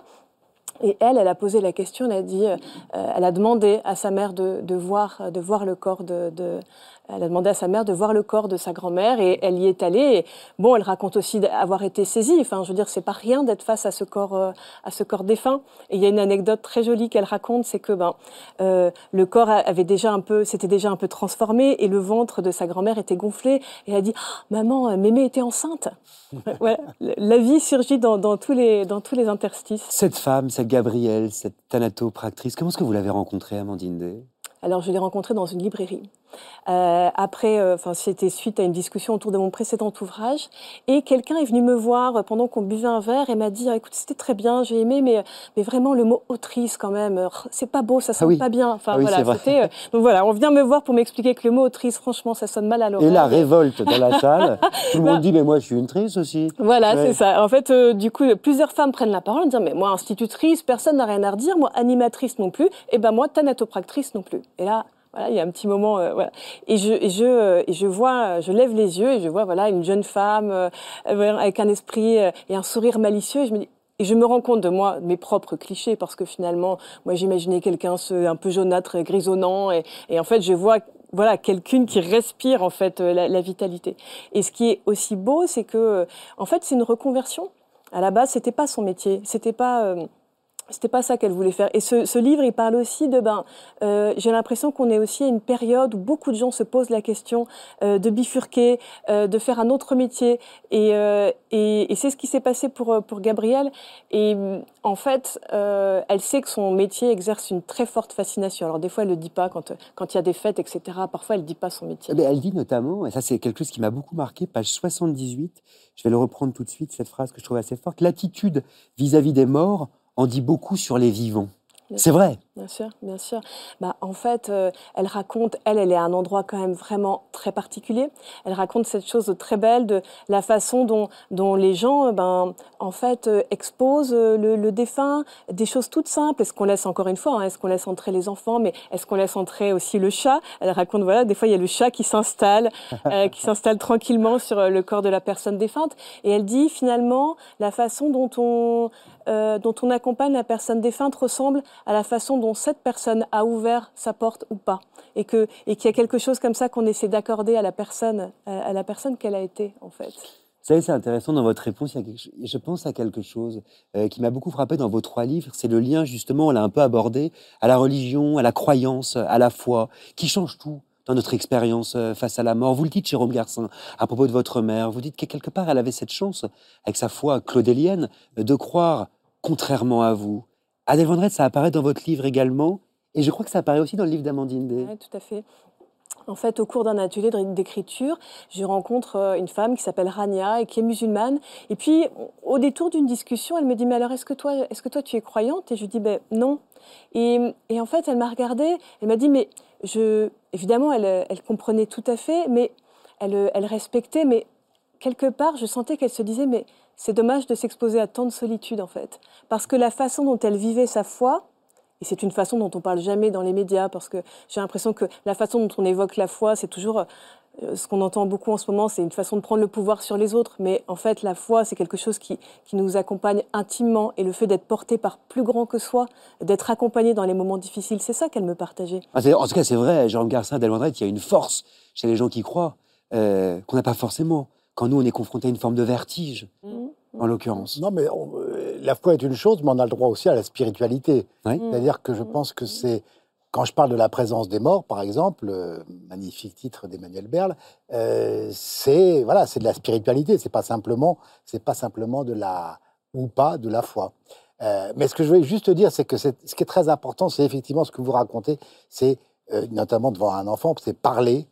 Et elle, elle a posé la question, elle a dit, euh, elle a demandé à sa mère de, de voir, de voir le corps de, de, elle a demandé à sa mère de voir le corps de sa grand-mère et elle y est allée. Et bon, elle raconte aussi avoir été saisie. Enfin, je veux dire, c'est pas rien d'être face à ce corps, euh, à ce corps défunt. Et il y a une anecdote très jolie qu'elle raconte, c'est que ben, euh, le corps avait déjà un peu, s'était déjà un peu transformé et le ventre de sa grand-mère était gonflé. Et elle a dit, oh, maman, Mémé était enceinte. Ouais, la vie surgit dans, dans tous les, dans tous les interstices. Cette femme, cette Gabrielle, cette thanatopractrice, comment est-ce que vous l'avez rencontrée, Amandine Day? Alors, je l'ai rencontrée dans une librairie. Euh, après, enfin, euh, c'était suite à une discussion autour de mon précédent ouvrage, et quelqu'un est venu me voir pendant qu'on buvait un verre et m'a dit ah, "Écoute, c'était très bien, j'ai aimé, mais mais vraiment le mot autrice quand même, c'est pas beau, ça sonne ah oui. pas bien." Enfin ah oui, voilà, c'était. Euh, donc voilà, on vient me voir pour m'expliquer que le mot autrice, franchement, ça sonne mal à l'oreille. Et la révolte dans la salle, tout le monde dit "Mais moi, je suis une trice aussi." Voilà, ouais. c'est ça. En fait, euh, du coup, plusieurs femmes prennent la parole en disant "Mais moi, institutrice, personne n'a rien à redire, moi, animatrice non plus, et ben moi, thanatopractrice non plus." Et là. Voilà, il y a un petit moment, euh, voilà. Et je, et je, euh, et je vois, je lève les yeux et je vois, voilà, une jeune femme euh, avec un esprit euh, et un sourire malicieux. Et je me dis, et je me rends compte de moi, mes propres clichés, parce que finalement, moi, j'imaginais quelqu'un un peu jaunâtre, grisonnant, et, et en fait, je vois, voilà, quelqu'une qui respire en fait la, la vitalité. Et ce qui est aussi beau, c'est que, en fait, c'est une reconversion. À la base, c'était pas son métier, c'était pas. Euh, C'était pas ça qu'elle voulait faire. Et ce, ce livre, il parle aussi de, ben, euh, j'ai l'impression qu'on est aussi à une période où beaucoup de gens se posent la question euh, de bifurquer, euh, de faire un autre métier. Et, euh, et, et c'est ce qui s'est passé pour, pour Gabrielle. Et en fait, euh, elle sait que son métier exerce une très forte fascination. Alors des fois, elle le dit pas quand quand il y a des fêtes, et cetera. Parfois, elle dit pas son métier. Eh bien, elle dit notamment, et ça c'est quelque chose qui m'a beaucoup marqué, page soixante-dix-huit, je vais le reprendre tout de suite, cette phrase que je trouve assez forte, l'attitude vis-à-vis des morts en dit beaucoup sur les vivants. C'est vrai. Bien sûr, bien sûr. Bah, en fait, euh, elle raconte, elle, elle est à un endroit quand même vraiment très particulier. Elle raconte cette chose très belle de la façon dont, dont les gens, ben, en fait, euh, exposent le, le défunt, des choses toutes simples. Est-ce qu'on laisse, encore une fois, hein, est-ce qu'on laisse entrer les enfants, mais est-ce qu'on laisse entrer aussi le chat? Elle raconte, voilà, des fois, il y a le chat qui s'installe, euh, qui s'installe tranquillement sur le corps de la personne défunte. Et elle dit, finalement, la façon dont on, euh, dont on accompagne la personne défunte ressemble à la façon dont cette personne a ouvert sa porte ou pas, et que et qu'il y a quelque chose comme ça qu'on essaie d'accorder à la personne, à la personne qu'elle a été en fait. Vous savez, c'est intéressant dans votre réponse. Il y a quelque... Je pense à quelque chose euh, qui m'a beaucoup frappé dans vos trois livres. C'est le lien, justement, on l'a un peu abordé, à la religion, à la croyance, à la foi, qui change tout dans notre expérience face à la mort. Vous le dites, Jérôme Garcin, à propos de votre mère. Vous dites que quelque part, elle avait cette chance, avec sa foi claudélienne, de croire contrairement à vous. Adèle Vendrette, ça apparaît dans votre livre également, et je crois que ça apparaît aussi dans le livre d'Amandine Day. Oui, tout à fait. En fait, au cours d'un atelier d'écriture, je rencontre une femme qui s'appelle Rania et qui est musulmane. Et puis, au détour d'une discussion, elle me dit « Mais alors, est-ce que toi, est-ce que toi tu es croyante ?» Et je lui dis ben, « Non. » Et, et en fait, elle m'a regardée, elle m'a dit « Mais je... » Évidemment, elle, elle comprenait tout à fait, mais elle, elle respectait, mais quelque part, je sentais qu'elle se disait « Mais c'est dommage de s'exposer à tant de solitude, en fait. » Parce que la façon dont elle vivait sa foi, et c'est une façon dont on parle jamais dans les médias, parce que j'ai l'impression que la façon dont on évoque la foi, c'est toujours ce qu'on entend beaucoup en ce moment, c'est une façon de prendre le pouvoir sur les autres. Mais en fait, la foi, c'est quelque chose qui, qui nous accompagne intimement. Et le fait d'être porté par plus grand que soi, d'être accompagné dans les moments difficiles, c'est ça qu'elle me partageait. Ah, en tout cas, c'est vrai, Jérôme Garcin, Adèle Vendrette, il y a une force chez les gens qui croient, euh, qu'on n'a pas forcément. Quand nous, on est confronté à une forme de vertige, mmh. en l'occurrence. Non, mais on, euh, la foi est une chose, mais on a le droit aussi à la spiritualité. Oui. C'est-à-dire que je pense que c'est... Quand je parle de la présence des morts, par exemple, euh, magnifique titre d'Emmanuel Berle, euh, c'est voilà, c'est de la spiritualité. C'est pas simplement, c'est pas simplement de la ou pas de la foi. Euh, mais ce que je voulais juste dire, c'est que c'est, ce qui est très important, c'est effectivement ce que vous racontez, c'est euh, notamment devant un enfant, c'est parler.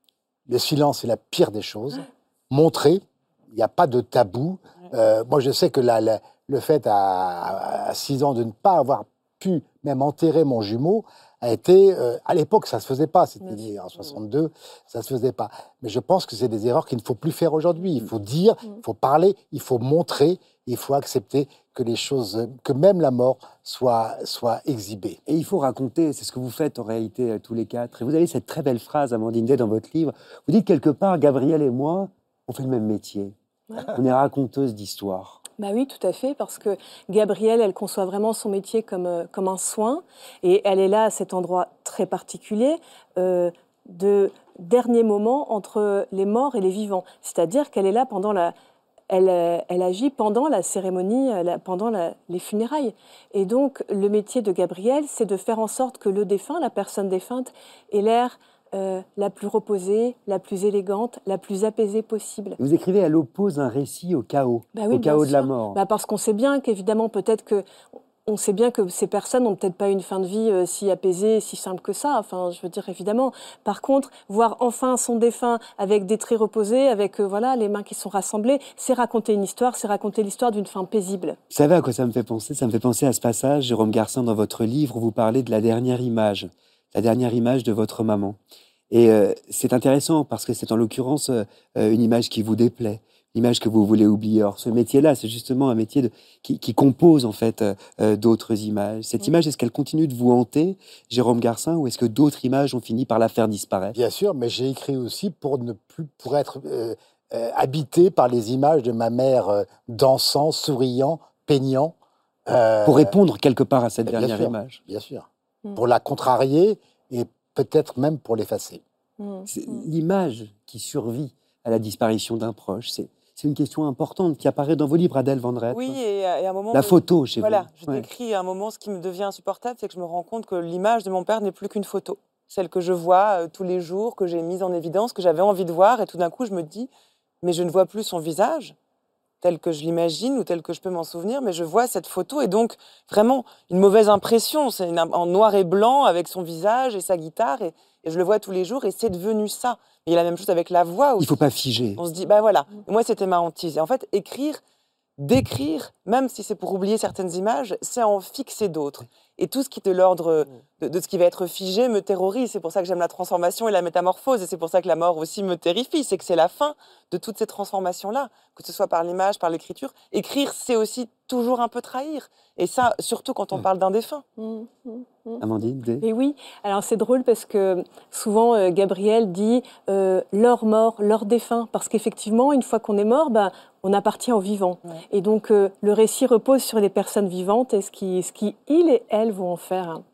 Le silence est la pire des choses. Montrer. Il n'y a pas de tabou. Euh, moi, je sais que la, la, le fait à, à six ans de ne pas avoir pu même enterrer mon jumeau a été, euh, à l'époque, ça ne se faisait pas, c'était né en soixante-deux, ça ne se faisait pas. Mais je pense que c'est des erreurs qu'il ne faut plus faire aujourd'hui. Il faut dire, il faut parler, il faut montrer, il faut accepter que les choses, que même la mort soit, soit exhibée. Et il faut raconter, c'est ce que vous faites en réalité euh, tous les quatre. Et vous avez cette très belle phrase, Amandine Day, dans votre livre. Vous dites quelque part, Gabrielle et moi, on fait le même métier. Ouais. On est raconteuse d'histoire. Bah oui, tout à fait, parce que Gabrielle, elle conçoit vraiment son métier comme, euh, comme un soin, et elle est là à cet endroit très particulier euh, de dernier moment entre les morts et les vivants. C'est-à-dire qu'elle est là pendant la... Elle, elle agit pendant la cérémonie, pendant la, les funérailles. Et donc, le métier de Gabrielle, c'est de faire en sorte que le défunt, la personne défunte, ait l'air Euh, la plus reposée, la plus élégante, la plus apaisée possible. Vous écrivez, elle oppose un récit au chaos, bah oui, au chaos sûr. de la mort. Bah parce qu'on sait bien qu'évidemment, peut-être que on sait bien que ces personnes n'ont peut-être pas une fin de vie euh, si apaisée, si simple que ça. Enfin, je veux dire, évidemment. Par contre, voir enfin son défunt avec des traits reposés, avec euh, voilà, les mains qui sont rassemblées, c'est raconter une histoire, c'est raconter l'histoire d'une fin paisible. Vous savez à quoi ça me fait penser? Ça me fait penser à ce passage, Jérôme Garcin, dans votre livre, où vous parlez de la dernière image. La dernière image de votre maman. Et euh, c'est intéressant parce que c'est en l'occurrence euh, une image qui vous déplaît, une image que vous voulez oublier. Or, ce métier-là, c'est justement un métier de, qui, qui compose en fait euh, d'autres images. Cette image, est-ce qu'elle continue de vous hanter, Jérôme Garcin, ou est-ce que d'autres images ont fini par la faire disparaître? Bien sûr, mais j'ai écrit aussi pour ne plus pour être euh, euh, habité par les images de ma mère euh, dansant, souriant, peignant. Euh, pour répondre quelque part à cette dernière sûr, image. Bien sûr. Mmh. Pour la contrarier et peut-être même pour l'effacer. Mmh. L'image qui survit à la disparition d'un proche, c'est, c'est une question importante qui apparaît dans vos livres, Adèle Vendrette. Oui, et, et à un moment... La photo chez voilà, vous. Voilà, je ouais. décris à un moment ce qui me devient insupportable, c'est que je me rends compte que l'image de mon père n'est plus qu'une photo. Celle que je vois euh, tous les jours, que j'ai mise en évidence, que j'avais envie de voir, et tout d'un coup, je me dis, mais je ne vois plus son visage tel que je l'imagine ou tel que je peux m'en souvenir, mais je vois cette photo et donc vraiment une mauvaise impression. C'est une, en noir et blanc avec son visage et sa guitare et, et je le vois tous les jours et c'est devenu ça. Et il y a la même chose avec la voix aussi. Il ne faut pas figer. On se dit, bah voilà, et moi c'était ma hantise. Et en fait, écrire, d'écrire, même si c'est pour oublier certaines images, c'est en fixer d'autres. Et tout ce qui est de l'ordre de, de ce qui va être figé me terrorise. C'est pour ça que j'aime la transformation et la métamorphose. Et c'est pour ça que la mort aussi me terrifie. C'est que c'est la fin de toutes ces transformations-là, que ce soit par l'image, par l'écriture. Écrire, c'est aussi toujours un peu trahir. Et ça, surtout quand on parle d'un défunt. Mmh, mmh, mmh. Amandine, des... Et oui, alors c'est drôle parce que souvent euh, Gabrielle dit euh, leur mort, leur défunt. Parce qu'effectivement, une fois qu'on est mort, ben, on appartient aux vivants. Ouais. Et donc euh, le récit repose sur les personnes vivantes et ce qui, ce qui ils et elles vont en faire. Hein.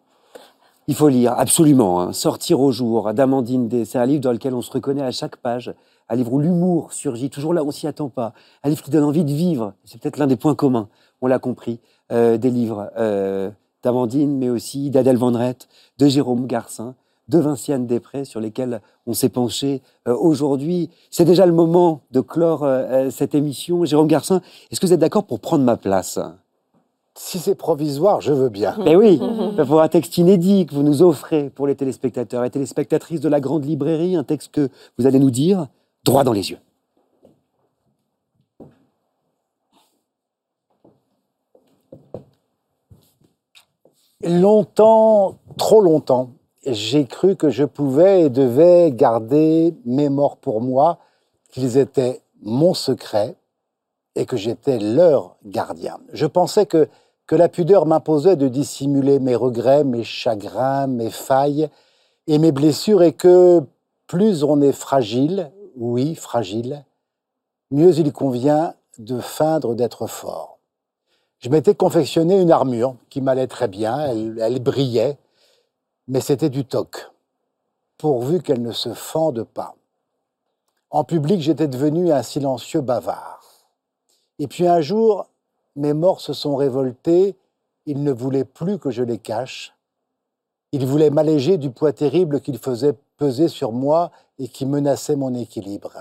Il faut lire, absolument. Hein. Sortir au jour, d'Amandine Day. C'est un livre dans lequel on se reconnaît à chaque page. Un livre où l'humour surgit, toujours là où on s'y attend pas. Un livre qui donne envie de vivre. C'est peut-être l'un des points communs, on l'a compris, euh, des livres euh, d'Amandine, mais aussi d'Adèle Vendrette, de Jérôme Garcin, de Vinciane Després, sur lesquels on s'est penché euh, aujourd'hui. C'est déjà le moment de clore euh, cette émission. Jérôme Garcin, est-ce que vous êtes d'accord pour prendre ma place ? Si c'est provisoire, je veux bien. Mais oui, pour un texte inédit que vous nous offrez pour les téléspectateurs et téléspectatrices de la Grande Librairie, un texte que vous allez nous dire droit dans les yeux. Longtemps, trop longtemps, j'ai cru que je pouvais et devais garder mes morts pour moi, qu'ils étaient mon secret et que j'étais leur gardien. Je pensais que que la pudeur m'imposait de dissimuler mes regrets, mes chagrins, mes failles et mes blessures, et que plus on est fragile, oui, fragile, mieux il convient de feindre d'être fort. Je m'étais confectionné une armure qui m'allait très bien, elle, elle brillait, mais c'était du toc, pourvu qu'elle ne se fende pas. En public, j'étais devenu un silencieux bavard. Et puis un jour, mes morts se sont révoltés, ils ne voulaient plus que je les cache. Ils voulaient m'alléger du poids terrible qu'ils faisaient peser sur moi et qui menaçait mon équilibre.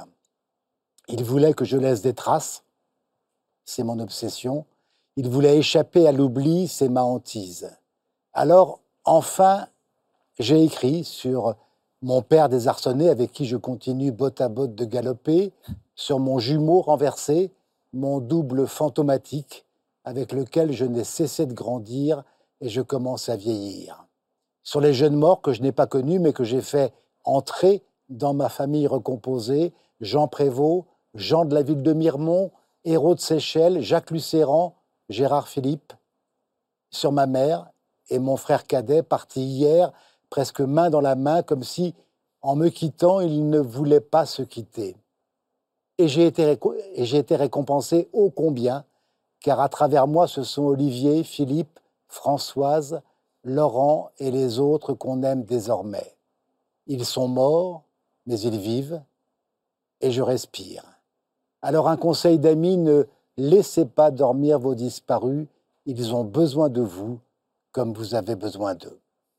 Ils voulaient que je laisse des traces, c'est mon obsession. Ils voulaient échapper à l'oubli, c'est ma hantise. Alors, enfin, j'ai écrit sur mon père désarçonné avec qui je continue botte à botte de galoper, sur mon jumeau renversé, mon double fantomatique avec lequel je n'ai cessé de grandir et je commence à vieillir. Sur les jeunes morts que je n'ai pas connus mais que j'ai fait entrer dans ma famille recomposée, Jean Prévost, Jean de la ville de Miremont, Hérault de Séchelles, Jacques Lucéran, Gérard Philippe. Sur ma mère et mon frère cadet parti hier, presque main dans la main, comme si, en me quittant, ils ne voulaient pas se quitter. Et j'ai été, réco- et j'ai été récompensé ô combien, car à travers moi, ce sont Olivier, Philippe, Françoise, Laurent et les autres qu'on aime désormais. Ils sont morts, mais ils vivent, et je respire. Alors un conseil d'amis, ne laissez pas dormir vos disparus, ils ont besoin de vous, comme vous avez besoin d'eux.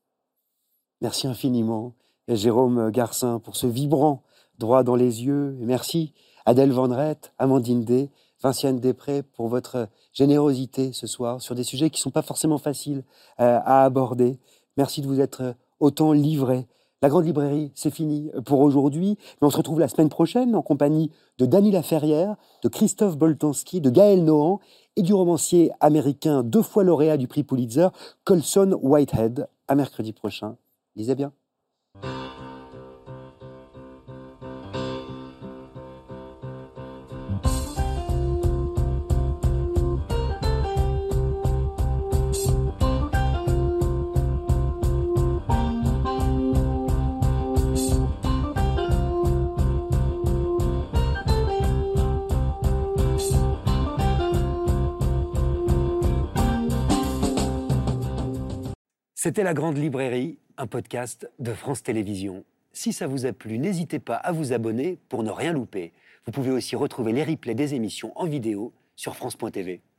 Merci infiniment, Jérôme Garcin, pour ce vibrant droit dans les yeux. Et merci, Adèle Vendrette, Amandine Day, Vinciane Després, pour votre générosité ce soir sur des sujets qui ne sont pas forcément faciles euh, à aborder. Merci de vous être autant livrés. La Grande Librairie, c'est fini pour aujourd'hui, mais on se retrouve la semaine prochaine en compagnie de Dany Laferrière, de Christophe Boltanski, de Gaël Nohan et du romancier américain deux fois lauréat du prix Pulitzer, Colson Whitehead. À mercredi prochain. Lisez bien. C'était La Grande Librairie, un podcast de France Télévisions. Si ça vous a plu, n'hésitez pas à vous abonner pour ne rien louper. Vous pouvez aussi retrouver les replays des émissions en vidéo sur France point T V.